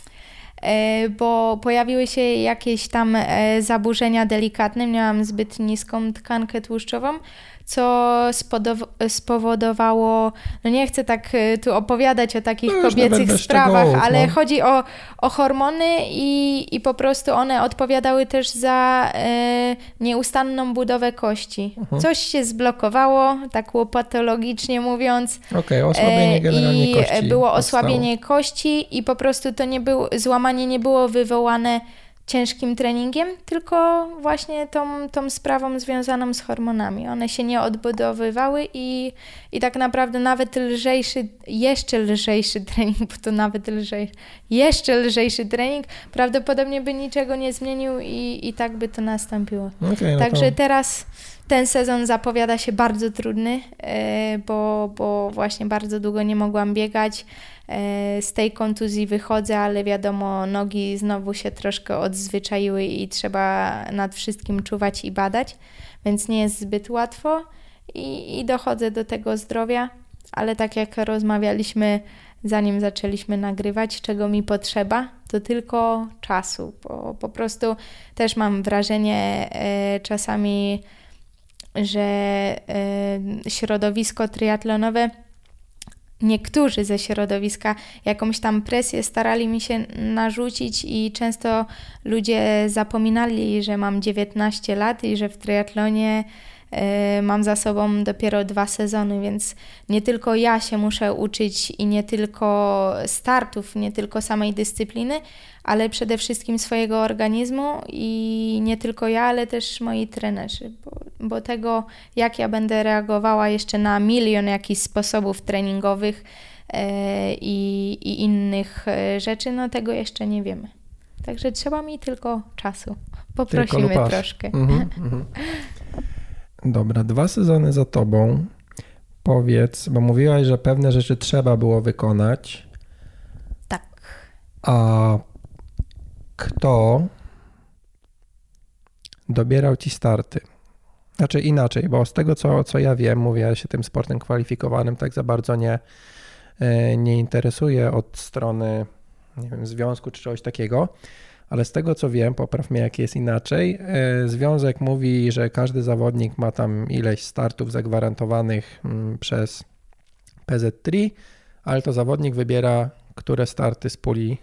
Bo pojawiły się jakieś tam zaburzenia delikatne, miałam zbyt niską tkankę tłuszczową, co spowodowało, no nie chcę tak tu opowiadać o takich no kobiecych sprawach, ale no. chodzi o, o hormony i, i po prostu one odpowiadały też za e, nieustanną budowę kości. Mhm. Coś się zblokowało, tak łopatologicznie mówiąc. Okej, okay, osłabienie generalnie i kości. I było osłabienie powstało. kości i po prostu to nie było, złamanie nie było wywołane ciężkim treningiem, tylko właśnie tą, tą sprawą związaną z hormonami. One się nie odbudowywały i, i tak naprawdę nawet lżejszy, jeszcze lżejszy trening, bo to nawet lżejszy, jeszcze lżejszy trening prawdopodobnie by niczego nie zmienił i, i tak by to nastąpiło. Okay, no Także to... teraz ten sezon zapowiada się bardzo trudny, bo, bo właśnie bardzo długo nie mogłam biegać. Z tej kontuzji wychodzę, ale wiadomo, nogi znowu się troszkę odzwyczaiły i trzeba nad wszystkim czuwać i badać, więc nie jest zbyt łatwo i, i dochodzę do tego zdrowia, ale tak jak rozmawialiśmy, zanim zaczęliśmy nagrywać, czego mi potrzeba, to tylko czasu, bo po prostu też mam wrażenie e, czasami, że e, środowisko triatlonowe, niektórzy ze środowiska jakąś tam presję starali mi się narzucić i często ludzie zapominali, że mam dziewiętnaście lat i że w triatlonie y, mam za sobą dopiero dwa sezony, więc nie tylko ja się muszę uczyć i nie tylko startów, nie tylko samej dyscypliny, ale przede wszystkim swojego organizmu i nie tylko ja, ale też moi trenerzy, bo, bo tego, jak ja będę reagowała jeszcze na milion jakichś sposobów treningowych e, i, i innych rzeczy, no tego jeszcze nie wiemy. Także trzeba mi tylko czasu. Poprosimy tylko troszkę. Mhm, mhm. Dobra, dwa sezony za tobą. Powiedz, bo mówiłaś, że pewne rzeczy trzeba było wykonać. Tak. A kto dobierał ci starty? Znaczy inaczej, bo z tego co, co ja wiem, mówię, ja się tym sportem kwalifikowanym tak za bardzo nie, nie interesuję od strony, nie wiem, związku czy czegoś takiego, ale z tego co wiem, popraw mnie jak jest inaczej, związek mówi, że każdy zawodnik ma tam ileś startów zagwarantowanych przez P Z trzy, ale to zawodnik wybiera, które starty z puli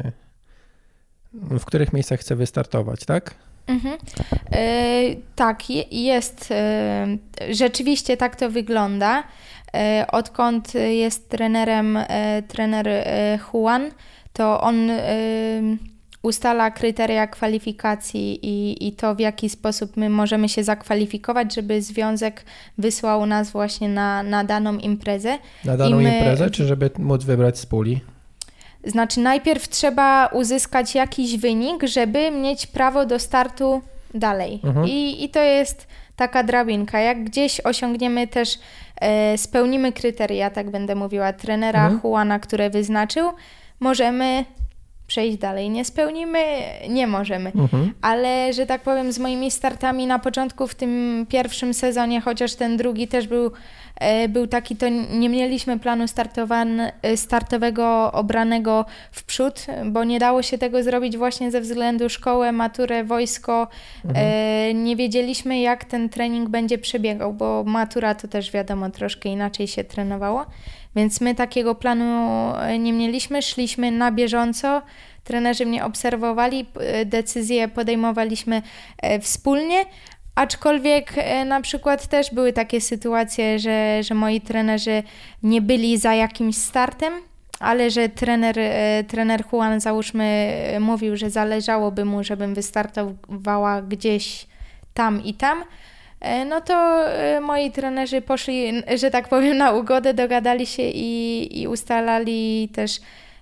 w których miejscach chce wystartować, tak? Mhm. E, tak, jest. E, rzeczywiście tak to wygląda. E, odkąd jest trenerem e, trener e, Juan, to on e, ustala kryteria kwalifikacji i, i to, w jaki sposób my możemy się zakwalifikować, żeby związek wysłał nas właśnie na, na daną imprezę. Na daną my, imprezę, czy żeby móc wybrać z puli? Znaczy najpierw trzeba uzyskać jakiś wynik, żeby mieć prawo do startu dalej. Mhm. I, I to jest taka drabinka. Jak gdzieś osiągniemy też, e, spełnimy kryteria, tak będę mówiła, trenera mhm. Juana, które wyznaczył, możemy przejść dalej. Nie spełnimy, nie możemy. Mhm. Ale, że tak powiem, z moimi startami na początku w tym pierwszym sezonie, chociaż ten drugi też był, e, był taki, to nie mieliśmy planu startowego obranego w przód, bo nie dało się tego zrobić właśnie ze względu szkołę, maturę, wojsko. Mhm. E, nie wiedzieliśmy, jak ten trening będzie przebiegał, bo matura to też wiadomo, troszkę inaczej się trenowało. Więc my takiego planu nie mieliśmy, szliśmy na bieżąco, trenerzy mnie obserwowali, decyzje podejmowaliśmy wspólnie, aczkolwiek na przykład też były takie sytuacje, że, że moi trenerzy nie byli za jakimś startem, ale że trener, trener Juan, załóżmy, mówił, że zależałoby mu, żebym wystartowała gdzieś tam i tam, no to moi trenerzy poszli, że tak powiem, na ugodę, dogadali się i, i ustalali też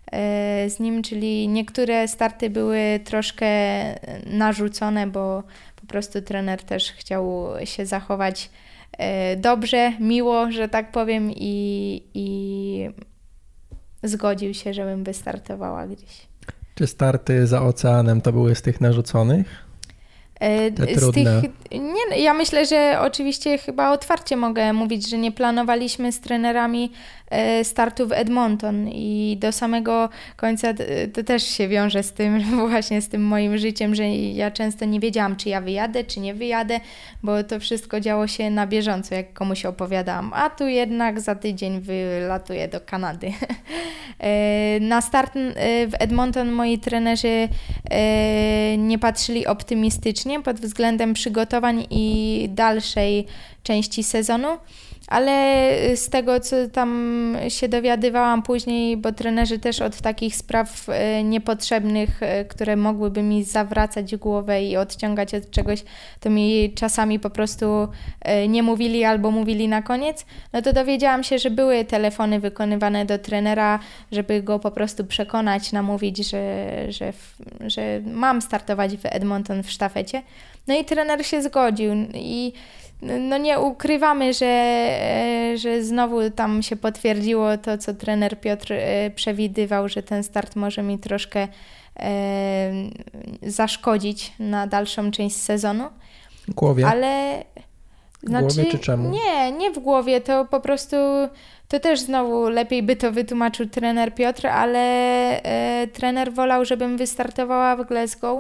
z nim, czyli niektóre starty były troszkę narzucone, bo po prostu trener też chciał się zachować dobrze, miło, że tak powiem i, i zgodził się, żebym wystartowała gdzieś. Czy starty za oceanem to były z tych narzuconych? Te z tych, nie, ja myślę, że oczywiście chyba otwarcie mogę mówić, że nie planowaliśmy z trenerami startu w Edmonton i do samego końca to też się wiąże z tym, właśnie z tym moim życiem, że ja często nie wiedziałam, czy ja wyjadę, czy nie wyjadę, bo to wszystko działo się na bieżąco, jak komuś opowiadałam, a tu jednak za tydzień wylatuję do Kanady. Na start w Edmonton moi trenerzy nie patrzyli optymistycznie pod względem przygotowań i dalszej części sezonu, ale z tego, co tam się dowiadywałam później, bo trenerzy też od takich spraw niepotrzebnych, które mogłyby mi zawracać głowę i odciągać od czegoś, to mi czasami po prostu nie mówili albo mówili na koniec, no to dowiedziałam się, że były telefony wykonywane do trenera, żeby go po prostu przekonać, namówić, że, że, że mam startować w Edmonton w sztafecie. No i trener się zgodził i no nie ukrywamy, że, że znowu tam się potwierdziło to, co trener Piotr przewidywał, że ten start może mi troszkę e, zaszkodzić na dalszą część sezonu. W głowie? Ale w znaczy, głowie czy czemu? Nie, nie w głowie, to po prostu to też znowu lepiej by to wytłumaczył trener Piotr, ale e, trener wolał, żebym wystartowała w Glasgow.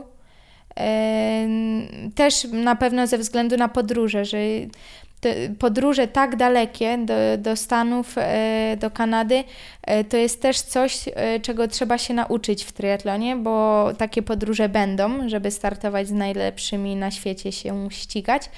Też na pewno ze względu na podróże, że te podróże tak dalekie do, do Stanów, do Kanady, to jest też coś, czego trzeba się nauczyć w triatlonie, bo takie podróże będą, żeby startować z najlepszymi na świecie, się ścigać.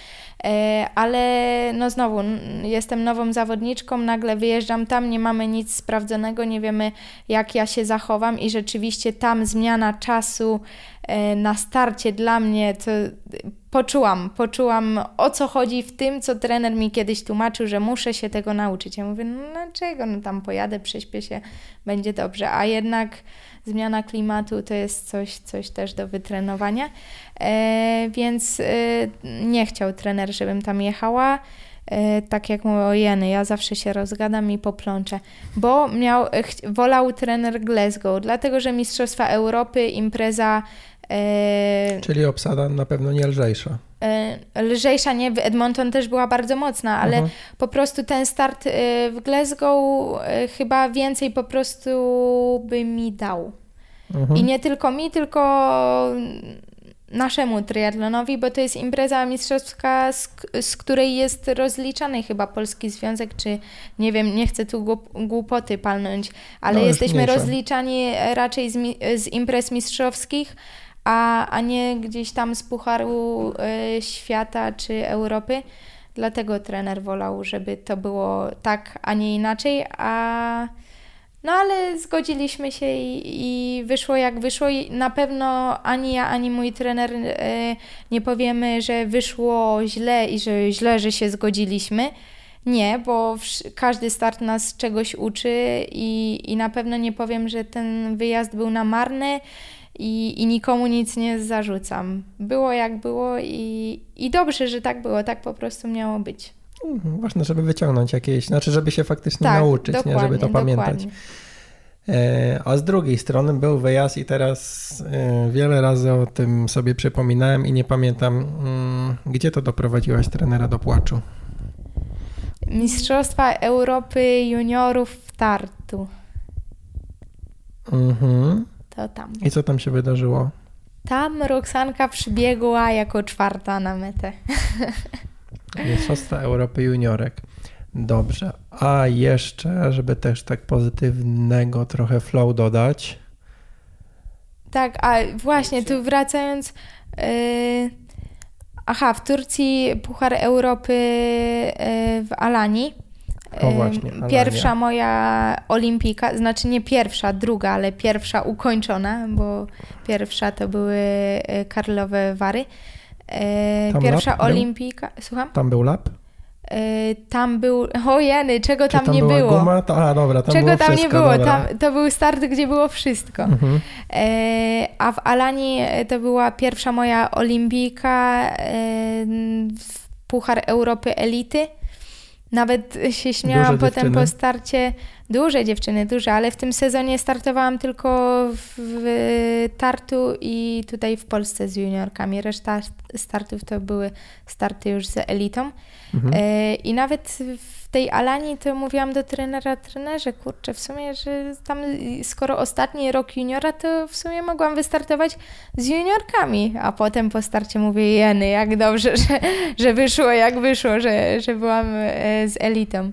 Ale no znowu, jestem nową zawodniczką, nagle wyjeżdżam tam, nie mamy nic sprawdzonego, nie wiemy jak ja się zachowam i rzeczywiście tam zmiana czasu na starcie dla mnie to poczułam, poczułam o co chodzi w tym, co trener mi kiedyś tłumaczył, że muszę się tego nauczyć. Ja mówię, no dlaczego, no tam pojadę, prześpię się, będzie dobrze, a jednak zmiana klimatu to jest coś, coś też do wytrenowania, e, więc e, nie chciał trener, żebym tam jechała. E, tak jak mówię, o jeny, ja zawsze się rozgadam i poplączę, bo miał, ch- wolał trener Glasgow, dlatego, że Mistrzostwa Europy, impreza e, czyli obsada na pewno nie lżejsza. E, lżejsza, nie, w Edmonton też była bardzo mocna, ale uh-huh. po prostu ten start e, w Glasgow e, chyba więcej po prostu by mi dał. Uh-huh. I nie tylko mi, tylko naszemu triatlonowi, bo to jest impreza mistrzowska, z, z której jest rozliczany chyba Polski Związek, czy nie wiem, nie chcę tu głupoty palnąć, ale no, jesteśmy rozliczani raczej z, z imprez mistrzowskich, a, a nie gdzieś tam z Pucharu y, Świata czy Europy. Dlatego trener wolał, żeby to było tak, a nie inaczej, a no ale zgodziliśmy się i, i wyszło jak wyszło i na pewno ani ja, ani mój trener y, nie powiemy, że wyszło źle i że źle, że się zgodziliśmy. Nie, bo w, każdy start nas czegoś uczy i, i na pewno nie powiem, że ten wyjazd był na marne i, i nikomu nic nie zarzucam. Było jak było i, i dobrze, że tak było, tak po prostu miało być. Ważne, żeby wyciągnąć jakieś, znaczy żeby się faktycznie tak, nauczyć, nie, żeby to pamiętać. E, a z drugiej strony był wyjazd i teraz e, wiele razy o tym sobie przypominałem i nie pamiętam, mm, gdzie to doprowadziłaś trenera do płaczu? Mistrzostwa Europy Juniorów w Tartu. Mhm. To tam. I co tam się wydarzyło? Tam Roxanka przybiegła jako czwarta na metę. Mistrzostwa Europy Juniorek. Dobrze. A jeszcze, żeby też tak pozytywnego trochę flow dodać. Tak, a właśnie tu wracając... Yy, aha, w Turcji Puchar Europy yy, w Alanii. O właśnie, Alania. Pierwsza moja olimpijka, znaczy nie pierwsza, druga, ale pierwsza ukończona, bo pierwsza to były Karlowe Wary. Tam pierwsza olimpijka. Słucham? Tam był lap? Tam był, o jeny, czego tam, tam nie była było. Guma? To, a dobra, tam czego było tam wszystko, nie było, dobra. tam, to był start, gdzie było wszystko. Mhm. E, a w Alanii to była pierwsza moja olimpijka, e, Puchar Europy Elity. Nawet się śmiałam duże potem dziewczyny. po starcie. Duże dziewczyny, duże, ale w tym sezonie startowałam tylko w, w Tartu i tutaj w Polsce z juniorkami. Reszta startów to były starty już z elitą. Mhm. E, I nawet w tej Alanii to mówiłam do trenera, trenerze, kurczę, w sumie, że tam skoro ostatni rok juniora, to w sumie mogłam wystartować z juniorkami, a potem po starcie mówię, jeny, jak dobrze, że, że wyszło, jak wyszło, że, że byłam z elitą.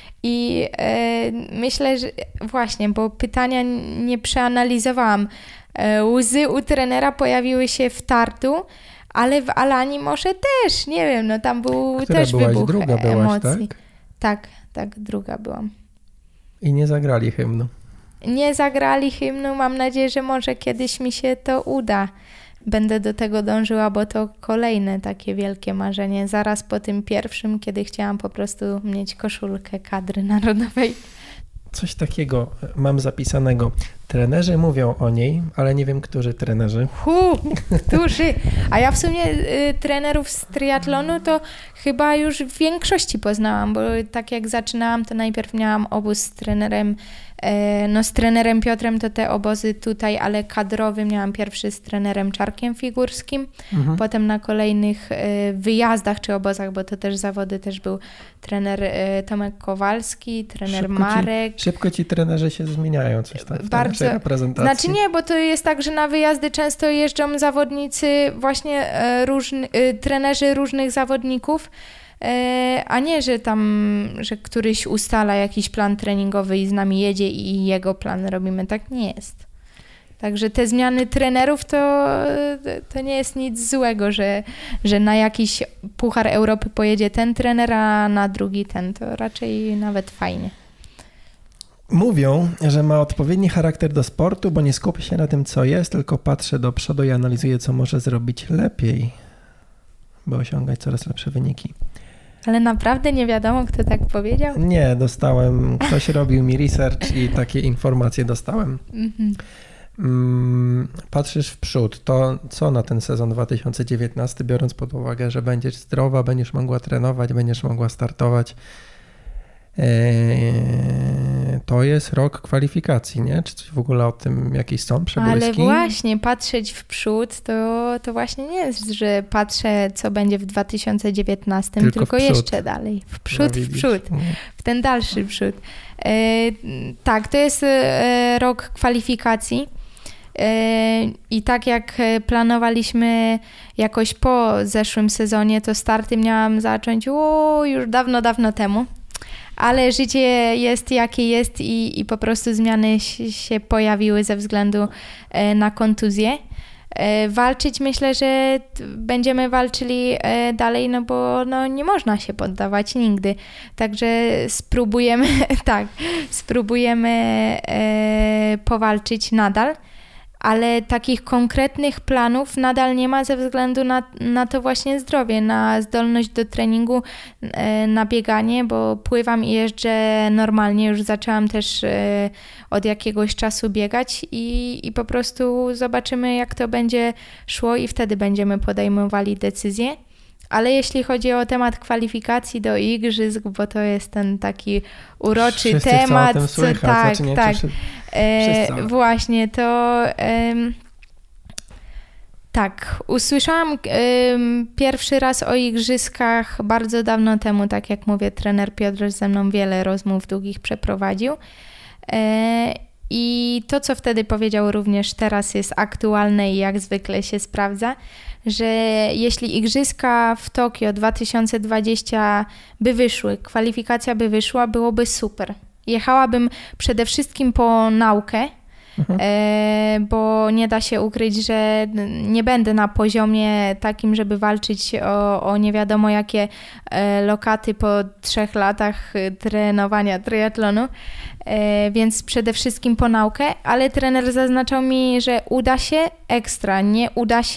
I e, myślę, że właśnie, bo pytania nie przeanalizowałam. E, łzy u trenera pojawiły się w Tartu, ale w Alanii może też, nie wiem, no tam był Która też byłaś? wybuch Druga byłaś, emocji. tak? Tak, tak, druga byłam. I nie zagrali hymnu. Nie zagrali hymnu, mam nadzieję, że może kiedyś mi się to uda. Będę do tego dążyła, bo to kolejne takie wielkie marzenie. Zaraz po tym pierwszym, kiedy chciałam po prostu mieć koszulkę kadry narodowej. Coś takiego mam zapisanego. Trenerzy mówią o niej, ale nie wiem, którzy trenerzy. Hu, którzy? A ja w sumie y, trenerów z triatlonu to chyba już w większości poznałam, bo tak jak zaczynałam, to najpierw miałam obóz z trenerem, e, no z trenerem Piotrem to te obozy tutaj, ale kadrowy miałam pierwszy z trenerem Czarkiem Figurskim, mhm. potem na kolejnych e, wyjazdach czy obozach, bo to też zawody też był trener e, Tomek Kowalski, trener szybko Marek. Ci, szybko ci trenerzy się zmieniają, coś tam w Bardzo, naszej reprezentacji. Znaczy nie, bo to jest tak, że na wyjazdy często jeżdżą zawodnicy, właśnie e, różni, e, trenerzy różnych zawodników, e, a nie, że tam, że któryś ustala jakiś plan treningowy i z nami jedzie i jego plan robimy. Tak nie jest. Także te zmiany trenerów to, to nie jest nic złego, że, że na jakiś Puchar Europy pojedzie ten trener, a na drugi ten. To raczej nawet fajnie. Mówią, że ma odpowiedni charakter do sportu, bo nie skupia się na tym, co jest, tylko patrzy do przodu i analizuje, co może zrobić lepiej, by osiągać coraz lepsze wyniki. Ale naprawdę nie wiadomo, kto tak powiedział? Nie, dostałem, ktoś robił mi research i takie informacje dostałem. Mm-hmm. Patrzysz w przód, to co na ten sezon dwa tysiące dziewiętnasty, biorąc pod uwagę, że będziesz zdrowa, będziesz mogła trenować, będziesz mogła startować, to jest rok kwalifikacji, nie? Czy coś w ogóle o tym jakieś są przebłyski? Ale właśnie, patrzeć w przód, to, to właśnie nie jest, że patrzę, co będzie w dwa tysiące dziewiętnastym, tylko, tylko jeszcze dalej. W przód, no, w przód. W ten dalszy przód. E, tak, to jest e, rok kwalifikacji. I tak jak planowaliśmy jakoś po zeszłym sezonie, to starty miałam zacząć o, już dawno, dawno temu. Ale życie jest jakie jest i, i po prostu zmiany się pojawiły ze względu na kontuzję. Walczyć myślę, że będziemy walczyli dalej, no bo no, nie można się poddawać nigdy. Także spróbujemy, tak, spróbujemy powalczyć nadal. Ale takich konkretnych planów nadal nie ma ze względu na, na to właśnie zdrowie, na zdolność do treningu, na bieganie, bo pływam i jeżdżę normalnie, już zaczęłam też od jakiegoś czasu biegać i, i po prostu zobaczymy, jak to będzie szło i wtedy będziemy podejmowali decyzje. Ale jeśli chodzi o temat kwalifikacji do igrzysk, bo to jest ten taki uroczy wszyscy temat. Chcą o tym słychać, tak, znaczy nie, tak. Wszyscy... E, właśnie, to um, tak, usłyszałam um, pierwszy raz o igrzyskach bardzo dawno temu, tak jak mówię, trener Piotr ze mną wiele rozmów długich przeprowadził. E, I to, co wtedy powiedział, również teraz jest aktualne i jak zwykle się sprawdza, że jeśli igrzyska w Tokio dwa tysiące dwudziestym by wyszły, kwalifikacja by wyszła, byłoby super. Jechałabym przede wszystkim po naukę, mhm. e, bo nie da się ukryć, że nie będę na poziomie takim, żeby walczyć o, o nie wiadomo jakie e, lokaty po trzech latach trenowania triatlonu, e, więc przede wszystkim po naukę, ale trener zaznaczał mi, że uda się ekstra, nie uda się,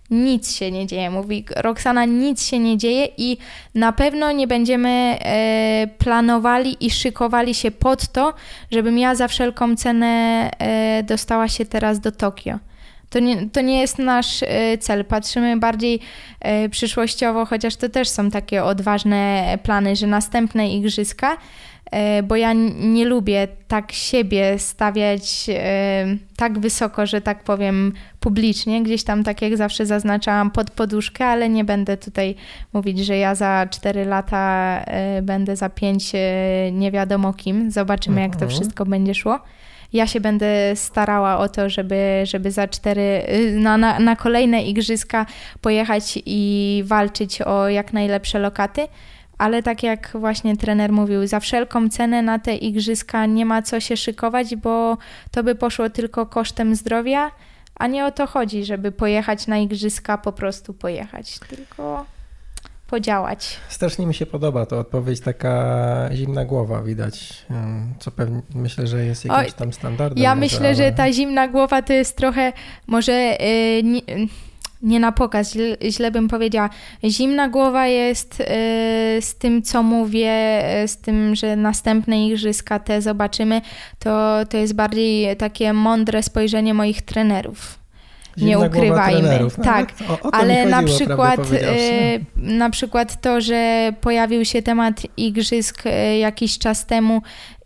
nic się nie dzieje. Mówi, Roxana, nic się nie dzieje i na pewno nie będziemy e, planowali i szykowali się pod to, żebym ja za wszelką cenę e, dostała się teraz do Tokio. To nie, to nie jest nasz e, cel. Patrzymy bardziej e, przyszłościowo, chociaż to też są takie odważne plany, że następne igrzyska, e, bo ja n- nie lubię tak siebie stawiać e, tak wysoko, że tak powiem publicznie, gdzieś tam tak jak zawsze zaznaczałam pod poduszkę, ale nie będę tutaj mówić, że ja za cztery lata e, będę za pięć e, nie wiadomo kim. Zobaczymy, jak to wszystko będzie szło. Ja się będę starała o to, żeby, żeby za cztery, na, na, na kolejne igrzyska pojechać i walczyć o jak najlepsze lokaty, ale tak jak właśnie trener mówił, za wszelką cenę na te igrzyska nie ma co się szykować, bo to by poszło tylko kosztem zdrowia, a nie o to chodzi, żeby pojechać na igrzyska, po prostu pojechać, tylko podziałać. Strasznie mi się podoba to odpowiedź, taka zimna głowa widać, co pewnie myślę, że jest jakimś Oj, tam standardem. Ja może, myślę, ale... że ta zimna głowa to jest trochę może yy, nie, nie na pokaz, źle, źle bym powiedziała. Zimna głowa jest yy, z tym, co mówię, yy, z tym, że następne igrzyska te zobaczymy, to, to jest bardziej takie mądre spojrzenie moich trenerów. Zimna nie ukrywajmy. Trenerów, tak, o, o ale chodziło, na przykład y, na przykład to, że pojawił się temat igrzysk y, jakiś czas temu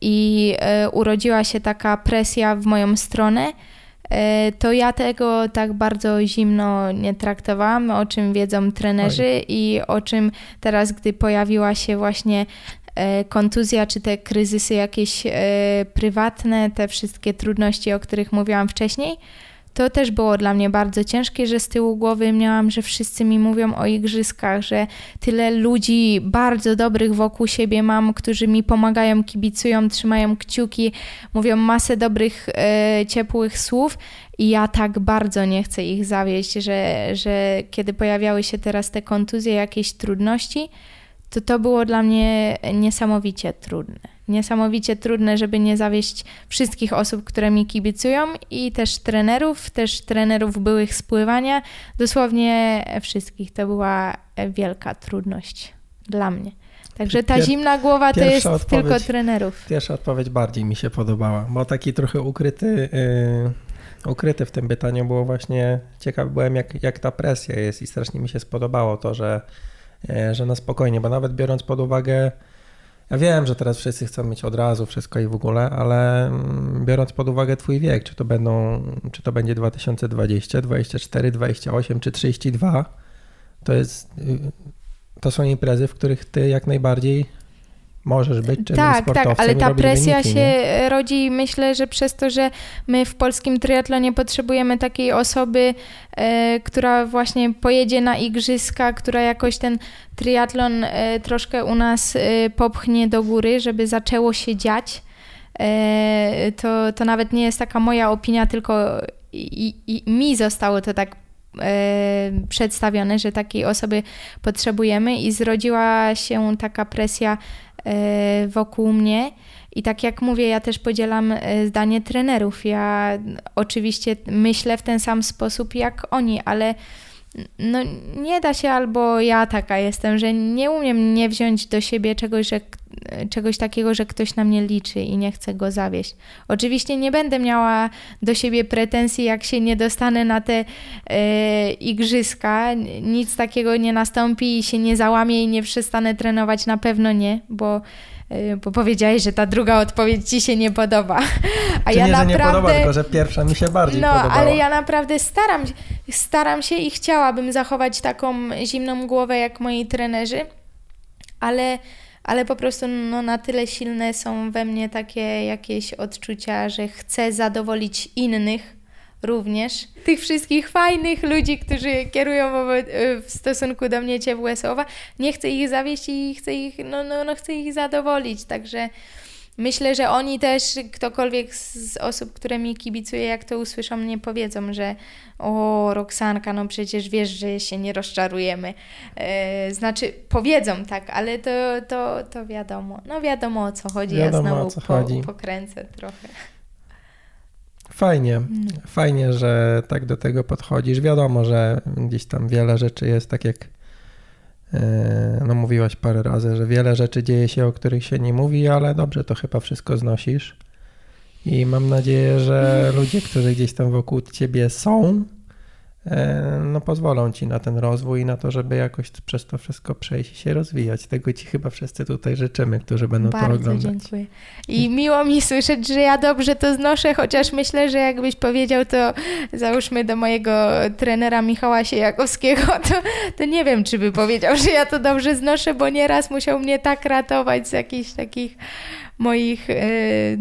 i y, urodziła się taka presja w moją stronę, y, to ja tego tak bardzo zimno nie traktowałam, o czym wiedzą trenerzy Oj. i o czym teraz, gdy pojawiła się właśnie y, kontuzja, czy te kryzysy jakieś y, prywatne, te wszystkie trudności, o których mówiłam wcześniej, to też było dla mnie bardzo ciężkie, że z tyłu głowy miałam, że wszyscy mi mówią o igrzyskach, że tyle ludzi bardzo dobrych wokół siebie mam, którzy mi pomagają, kibicują, trzymają kciuki, mówią masę dobrych, e, ciepłych słów i ja tak bardzo nie chcę ich zawieść, że, że kiedy pojawiały się teraz te kontuzje, jakieś trudności, to to było dla mnie niesamowicie trudne. Niesamowicie trudne, żeby nie zawieść wszystkich osób, które mi kibicują i też trenerów, też trenerów byłych z pływania. Dosłownie wszystkich. To była wielka trudność dla mnie. Także ta Pier- zimna głowa to jest tylko trenerów. Pierwsza odpowiedź bardziej mi się podobała, bo taki trochę ukryty, yy, ukryty w tym pytaniu było właśnie, ciekaw byłem jak, jak ta presja jest i strasznie mi się spodobało to, że, yy, że na spokojnie, bo nawet biorąc pod uwagę, ja wiem, że teraz wszyscy chcą mieć od razu wszystko i w ogóle, ale biorąc pod uwagę twój wiek, czy to będą, czy to będzie dwa tysiące dwudziesty, dwudziesty czwarty, dwudziesty ósmy czy trzydzieści dwa, to jest, to są imprezy, w których ty jak najbardziej możesz być czynnym tak, sportowcem. Tak, ale ta presja wyniki, się nie? rodzi, myślę, że przez to, że my w polskim triatlonie potrzebujemy takiej osoby, e, która właśnie pojedzie na igrzyska, która jakoś ten triatlon e, troszkę u nas e, popchnie do góry, żeby zaczęło się dziać. E, to, to nawet nie jest taka moja opinia, tylko i, i, mi zostało to tak e, przedstawione, że takiej osoby potrzebujemy i zrodziła się taka presja wokół mnie i tak jak mówię, ja też podzielam zdanie trenerów. Ja oczywiście myślę w ten sam sposób jak oni, ale no nie da się, albo ja taka jestem, że nie umiem nie wziąć do siebie czegoś, że, czegoś takiego, że ktoś na mnie liczy i nie chce go zawieść. Oczywiście nie będę miała do siebie pretensji, jak się nie dostanę na te e, igrzyska. Nic takiego nie nastąpi i się nie załamię i nie przestanę trenować, na pewno nie, bo bo powiedziałeś, że ta druga odpowiedź ci się nie podoba. A Czy ja nie, naprawdę... że nie podoba, tylko że pierwsza mi się bardziej no, podobała. No, ale ja naprawdę staram, staram się i chciałabym zachować taką zimną głowę jak moi trenerzy, ale, ale po prostu no, na tyle silne są we mnie takie jakieś odczucia, że chcę zadowolić innych również. Tych wszystkich fajnych ludzi, którzy kierują w stosunku do mnie ciepłe słowa. Nie chcę ich zawieść i chcę ich, no, no, no chcę ich zadowolić. Także myślę, że oni też, ktokolwiek z osób, które mi kibicuje, jak to usłyszą, mnie powiedzą, że o, Roxanka, no przecież wiesz, że się nie rozczarujemy. E, znaczy, powiedzą tak, ale to, to, to wiadomo. No wiadomo, o co chodzi. Wiadomo, ja znowu o co po, chodzi. pokręcę trochę. Fajnie, fajnie, że tak do tego podchodzisz. Wiadomo, że gdzieś tam wiele rzeczy jest tak jak no mówiłaś parę razy, że wiele rzeczy dzieje się, o których się nie mówi, ale dobrze to chyba wszystko znosisz. I mam nadzieję, że ludzie, którzy gdzieś tam wokół ciebie są, no pozwolą ci na ten rozwój i na to, żeby jakoś przez to wszystko przejść i się rozwijać. Tego ci chyba wszyscy tutaj życzymy, którzy będą Bardzo to oglądać. Bardzo dziękuję. I miło mi słyszeć, że ja dobrze to znoszę, chociaż myślę, że jakbyś powiedział to załóżmy do mojego trenera Michała Siejakowskiego, to, to nie wiem, czy by powiedział, że ja to dobrze znoszę, bo nieraz musiał mnie tak ratować z jakichś takich moich... Yy,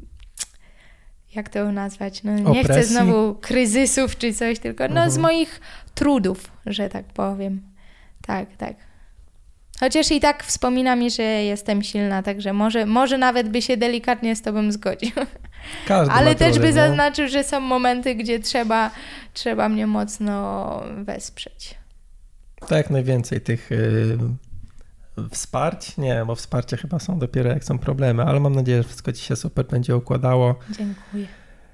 jak to nazwać, no nie Opresji. chcę znowu kryzysów czy coś, tylko no mhm. z moich trudów, że tak powiem. Tak, tak. Chociaż i tak wspomina mi, że jestem silna, także może, może nawet by się delikatnie z tobą zgodził. Każdy Ale ma też trudy, by nie? zaznaczył, że są momenty, gdzie trzeba, trzeba mnie mocno wesprzeć. Tak, jak najwięcej tych yy, wsparć, nie, bo wsparcie chyba są dopiero jak są problemy, ale mam nadzieję, że wszystko ci się super będzie układało. Dziękuję.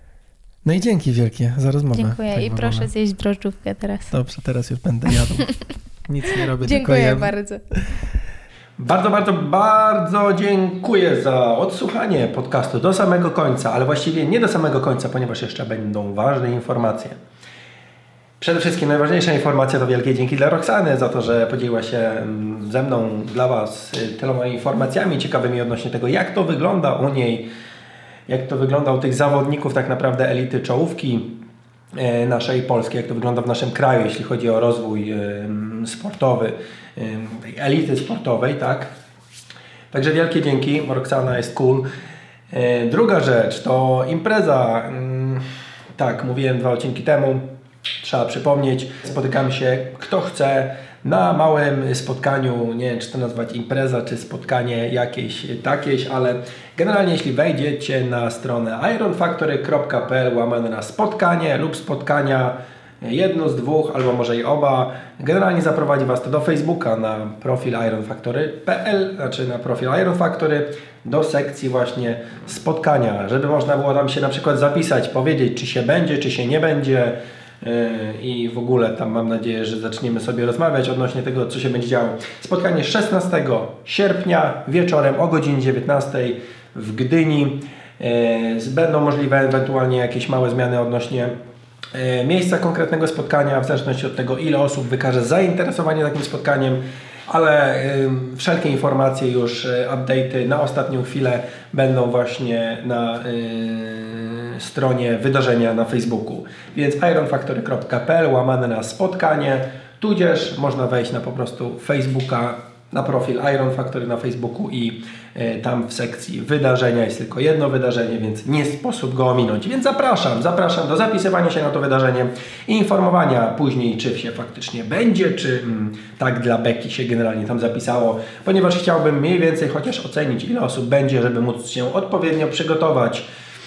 No i dzięki wielkie za rozmowę. Dziękuję tak i proszę zjeść drożdżówkę teraz. Dobrze, teraz już będę jadł. Nic nie robię, Dziękuję tylko jem. bardzo. Bardzo, bardzo, bardzo dziękuję za odsłuchanie podcastu do samego końca, ale właściwie nie do samego końca, ponieważ jeszcze będą ważne informacje. Przede wszystkim najważniejsza informacja to wielkie dzięki dla Roxany za to, że podzieliła się ze mną dla Was tyloma informacjami ciekawymi odnośnie tego, jak to wygląda u niej, jak to wygląda u tych zawodników tak naprawdę elity czołówki naszej polskiej, jak to wygląda w naszym kraju, jeśli chodzi o rozwój sportowy, tej elity sportowej, tak? Także wielkie dzięki, Roxana jest cool. Druga rzecz to impreza, tak, mówiłem dwa odcinki temu, trzeba przypomnieć, spotykamy się, kto chce, na małym spotkaniu, nie wiem czy to nazwać impreza, czy spotkanie jakieś takieś, ale generalnie jeśli wejdziecie na stronę ironfactory kropka p l łamane na spotkanie lub spotkania, jedno z dwóch, albo może i oba, generalnie zaprowadzi Was to do Facebooka na profil ironfactory kropka p l, znaczy na profil Iron Factory, do sekcji właśnie spotkania, żeby można było tam się na przykład zapisać, powiedzieć czy się będzie, czy się nie będzie, i w ogóle tam mam nadzieję, że zaczniemy sobie rozmawiać odnośnie tego, co się będzie działo. Spotkanie szesnastego sierpnia wieczorem o godzinie dziewiętnastej w Gdyni. Będą możliwe ewentualnie jakieś małe zmiany odnośnie miejsca konkretnego spotkania, w zależności od tego, ile osób wykaże zainteresowanie takim spotkaniem, ale wszelkie informacje już, update'y na ostatnią chwilę będą właśnie na stronie wydarzenia na Facebooku. Więc ironfactory kropka p l łamane na spotkanie, tudzież można wejść na po prostu Facebooka, na profil Iron Factory na Facebooku i y, tam w sekcji wydarzenia jest tylko jedno wydarzenie, więc nie sposób go ominąć. Więc zapraszam, zapraszam do zapisywania się na to wydarzenie i informowania później, czy się faktycznie będzie, czy mm, tak dla beki się generalnie tam zapisało, ponieważ chciałbym mniej więcej chociaż ocenić, ile osób będzie, żeby móc się odpowiednio przygotować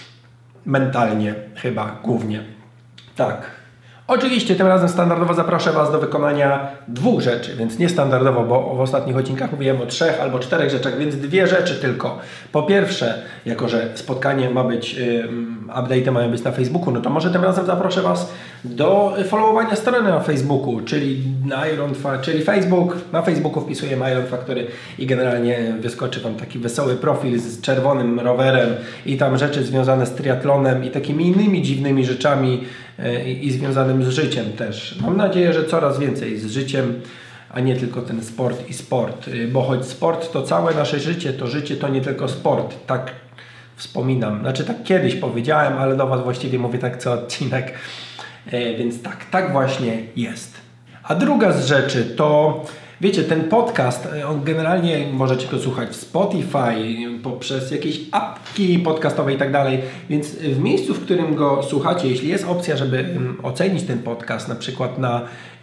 mentalnie chyba głównie. Tak. Oczywiście tym razem standardowo zaproszę Was do wykonania dwóch rzeczy, więc nie standardowo, bo w ostatnich odcinkach mówiłem o trzech albo czterech rzeczach, więc dwie rzeczy tylko. Po pierwsze, jako że spotkanie ma być, um, update'y mają być na Facebooku, no to może tym razem zaproszę Was do followowania strony na Facebooku, czyli na Iron, czyli Facebook, na Facebooku wpisujemy Iron Factory i generalnie wyskoczy Wam taki wesoły profil z czerwonym rowerem i tam rzeczy związane z triatlonem i takimi innymi dziwnymi rzeczami i, i związanym z życiem też. Mam nadzieję, że coraz więcej z życiem, a nie tylko ten sport i sport, bo choć sport to całe nasze życie, to życie to nie tylko sport, tak wspominam. Znaczy tak kiedyś powiedziałem, ale do Was właściwie mówię tak co odcinek, więc tak, tak właśnie jest. A druga z rzeczy to, wiecie, ten podcast, on generalnie możecie go słuchać w Spotify, poprzez jakieś apki podcastowe i tak dalej, więc w miejscu, w którym go słuchacie, jeśli jest opcja, żeby ocenić ten podcast, na przykład na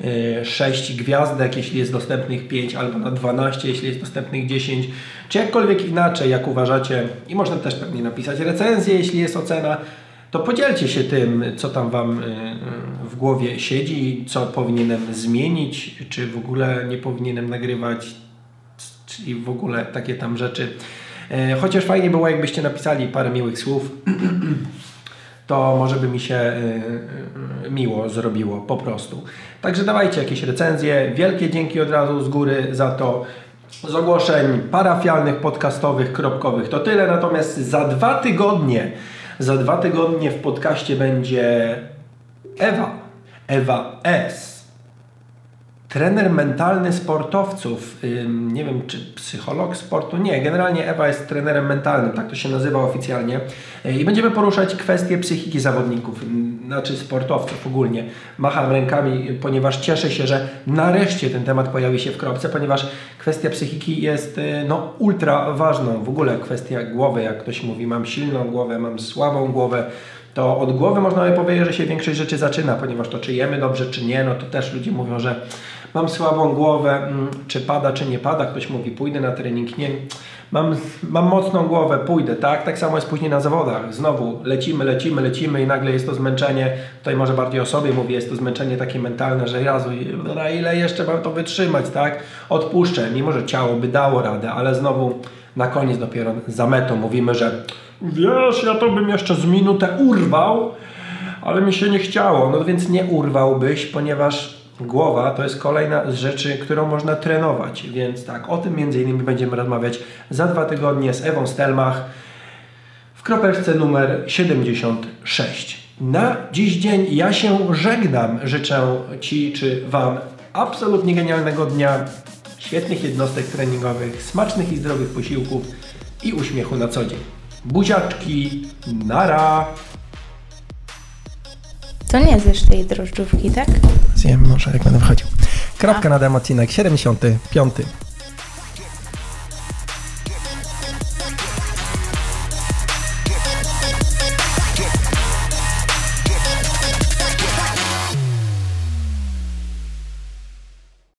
sześć gwiazdek, jeśli jest dostępnych pięć, albo na dwanaście, jeśli jest dostępnych dziesięć, czy jakkolwiek inaczej, jak uważacie, i można też pewnie napisać recenzję, jeśli jest ocena, to podzielcie się tym, co tam Wam w głowie siedzi, co powinienem zmienić, czy w ogóle nie powinienem nagrywać, czyli w ogóle takie tam rzeczy. Chociaż fajnie było, jakbyście napisali parę miłych słów. to może by mi się yy, miło zrobiło po prostu. Także dawajcie jakieś recenzje. Wielkie dzięki od razu z góry za to. Z ogłoszeń parafialnych, podcastowych, kropkowych to tyle. Natomiast za dwa tygodnie, za dwa tygodnie w podcaście będzie Ewa, Ewa S. Trener mentalny sportowców, nie wiem czy psycholog sportu, nie, generalnie Ewa jest trenerem mentalnym, tak to się nazywa oficjalnie i będziemy poruszać kwestie psychiki zawodników, znaczy sportowców ogólnie. Macham rękami, ponieważ cieszę się, że nareszcie ten temat pojawi się w kropce, ponieważ kwestia psychiki jest no, ultra ważną, w ogóle kwestia głowy, jak ktoś mówi, mam silną głowę, mam słabą głowę, to od głowy można by powiedzieć, że się większość rzeczy zaczyna, ponieważ to czy jemy dobrze, czy nie, no to też ludzie mówią, że mam słabą głowę, czy pada, czy nie pada, ktoś mówi pójdę na trening, nie, mam, mam mocną głowę, pójdę, tak? Tak samo jest później na zawodach, znowu lecimy, lecimy, lecimy i nagle jest to zmęczenie, tutaj może bardziej o sobie mówię, jest to zmęczenie takie mentalne, że Jezu, na ile jeszcze mam to wytrzymać, tak? Odpuszczę, mimo że ciało by dało radę, ale znowu na koniec dopiero za metą mówimy, że wiesz, ja to bym jeszcze z minutę urwał, ale mi się nie chciało. No więc nie urwałbyś, ponieważ głowa to jest kolejna z rzeczy, którą można trenować. Więc tak, o tym między innymi będziemy rozmawiać za dwa tygodnie z Ewą Stelmach w kropeczce numer siedemdziesiąt sześć. Na dziś dzień ja się żegnam. Życzę Ci czy Wam absolutnie genialnego dnia, świetnych jednostek treningowych, smacznych i zdrowych posiłków i uśmiechu na co dzień. Buziaczki, nara! To nie zjesz tej drożdżówki, tak? Zjem może, jak będę wchodził. Kropka nad odcinek siedemdziesiąty piąty.